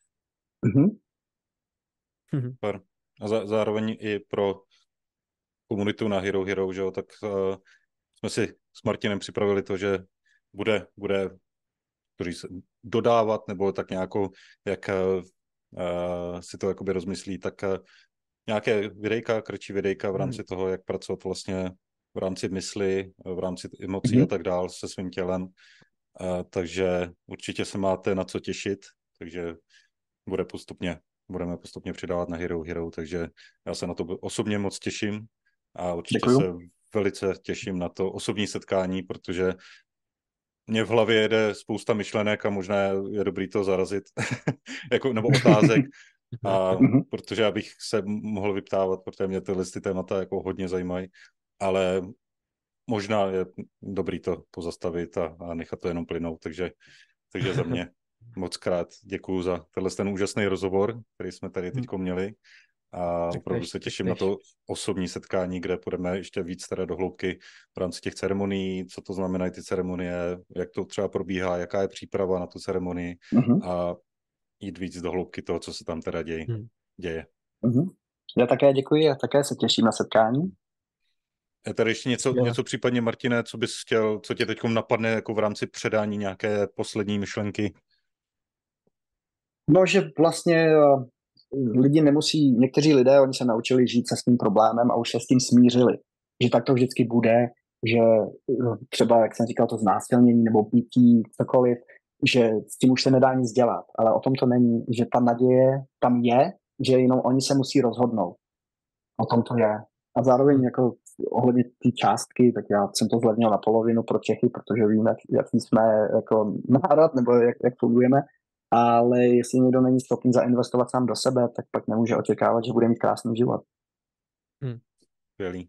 A zároveň i pro komunitu na Hero Hero, že jo, tak jsme si s Martinem připravili to, že bude dodávat, nebo tak nějakou, jak si to jakoby rozmyslí, tak nějaké videjka, kratší videjka v rámci toho, jak pracovat vlastně v rámci mysli, v rámci emocí a tak dál se svým tělem. Takže určitě se máte na co těšit, takže budeme postupně přidávat na Hero Hero, takže já se na to osobně moc těším a určitě se velice těším na to osobní setkání, protože mě v hlavě jede spousta myšlenek a možná je dobrý to zarazit, nebo otázek, A protože já bych se mohl vyptávat, protože mě tyhle témata jako hodně zajímají, ale možná je dobrý to pozastavit a nechat to jenom plynout, takže za mě moc krát děkuju za ten úžasný rozhovor, který jsme tady teď měli a opravdu se těším na to osobní setkání, kde půjdeme ještě víc teda do hloubky v rámci těch ceremonií, co to znamenají ty ceremonie, jak to třeba probíhá, jaká je příprava na tu ceremonii a jít víc do hloubky toho, co se tam teda děje. Já také děkuji a také se těším na setkání. Je tady ještě něco případně, Martine, co bys chtěl, co tě teď napadne jako v rámci předání nějaké poslední myšlenky? No, že vlastně lidi nemusí, někteří lidé, oni se naučili žít se svým problémem a už se s tím smířili. Že tak to vždycky bude, že třeba, jak jsem říkal, to znásilnění nebo bytí, cokoliv, že s tím už se nedá nic dělat. Ale o tom to není, že ta naděje tam je, že jenom oni se musí rozhodnout. O tom to je. A zároveň jako ohledně té částky, tak já jsem to zlevnil na polovinu pro Čechy, protože víme, jak jsme jako národ, nebo jak fungujeme. Ale jestli někdo není schopný zainvestovat sám do sebe, tak pak nemůže očekávat, že bude mít krásný život. Skvělý.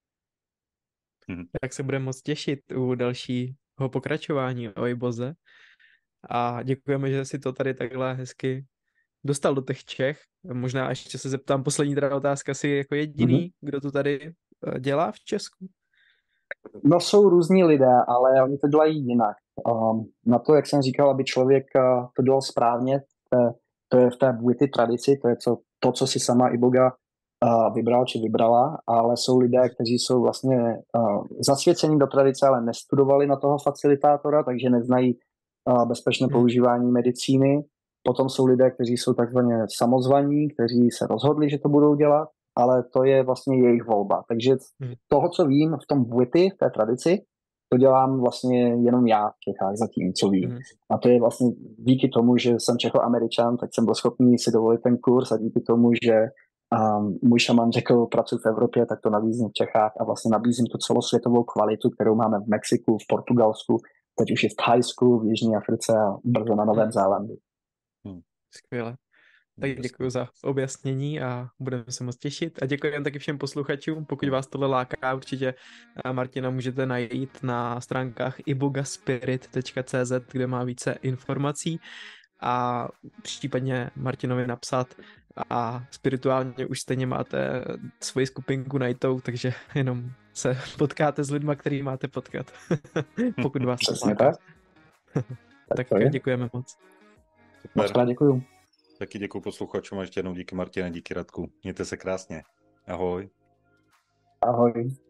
Tak se budeme moc těšit u dalšího pokračování o Iboze. A děkujeme, že si to tady takhle hezky dostal do těch Čech. Možná ještě se zeptám, poslední teda otázka, si jako jediný, kdo to tady dělá v Česku? No, jsou různí lidé, ale oni to dělají jinak. Na to, jak jsem říkal, aby člověk to dělal správně, to je v té buity tradici, to je to, co si sama Iboga vybral či vybrala, ale jsou lidé, kteří jsou vlastně zasvěcení do tradice, ale nestudovali na toho facilitátora, takže neznají bezpečné používání medicíny. Potom jsou lidé, kteří jsou takzvaně samozvaní, kteří se rozhodli, že to budou dělat, ale to je vlastně jejich volba. Takže toho, co vím v tom buity, v té tradici, to dělám vlastně jenom já v Čechách zatím, co vím. A to je vlastně díky tomu, že jsem Čechoameričan, tak jsem byl schopný si dovolit ten kurz a díky tomu, že můj šaman řekl, pracuji v Evropě, tak to nabízím v Čechách a vlastně nabízím tu celosvětovou kvalitu, kterou máme v Mexiku, v Portugalsku, teď už je v Thajsku, v Jižní Africe a brzo na Novém Zélandu. Skvěle. Tak děkuji za objasnění a budeme se moc těšit. A děkuji taky všem posluchačům. Pokud vás tohle láká, určitě Martina můžete najít na stránkách ibogaspirit.cz, kde má více informací a případně Martinovi napsat a spirituálně už stejně máte svoji skupinku najdou, takže jenom se potkáte s lidma, který máte potkat. Pokud vás přesně tak. Tak děkujeme moc. Moc krát děkuju. Taky děkuju posluchačům a ještě jednou díky Martine, díky Radku. Mějte se krásně. Ahoj. Ahoj.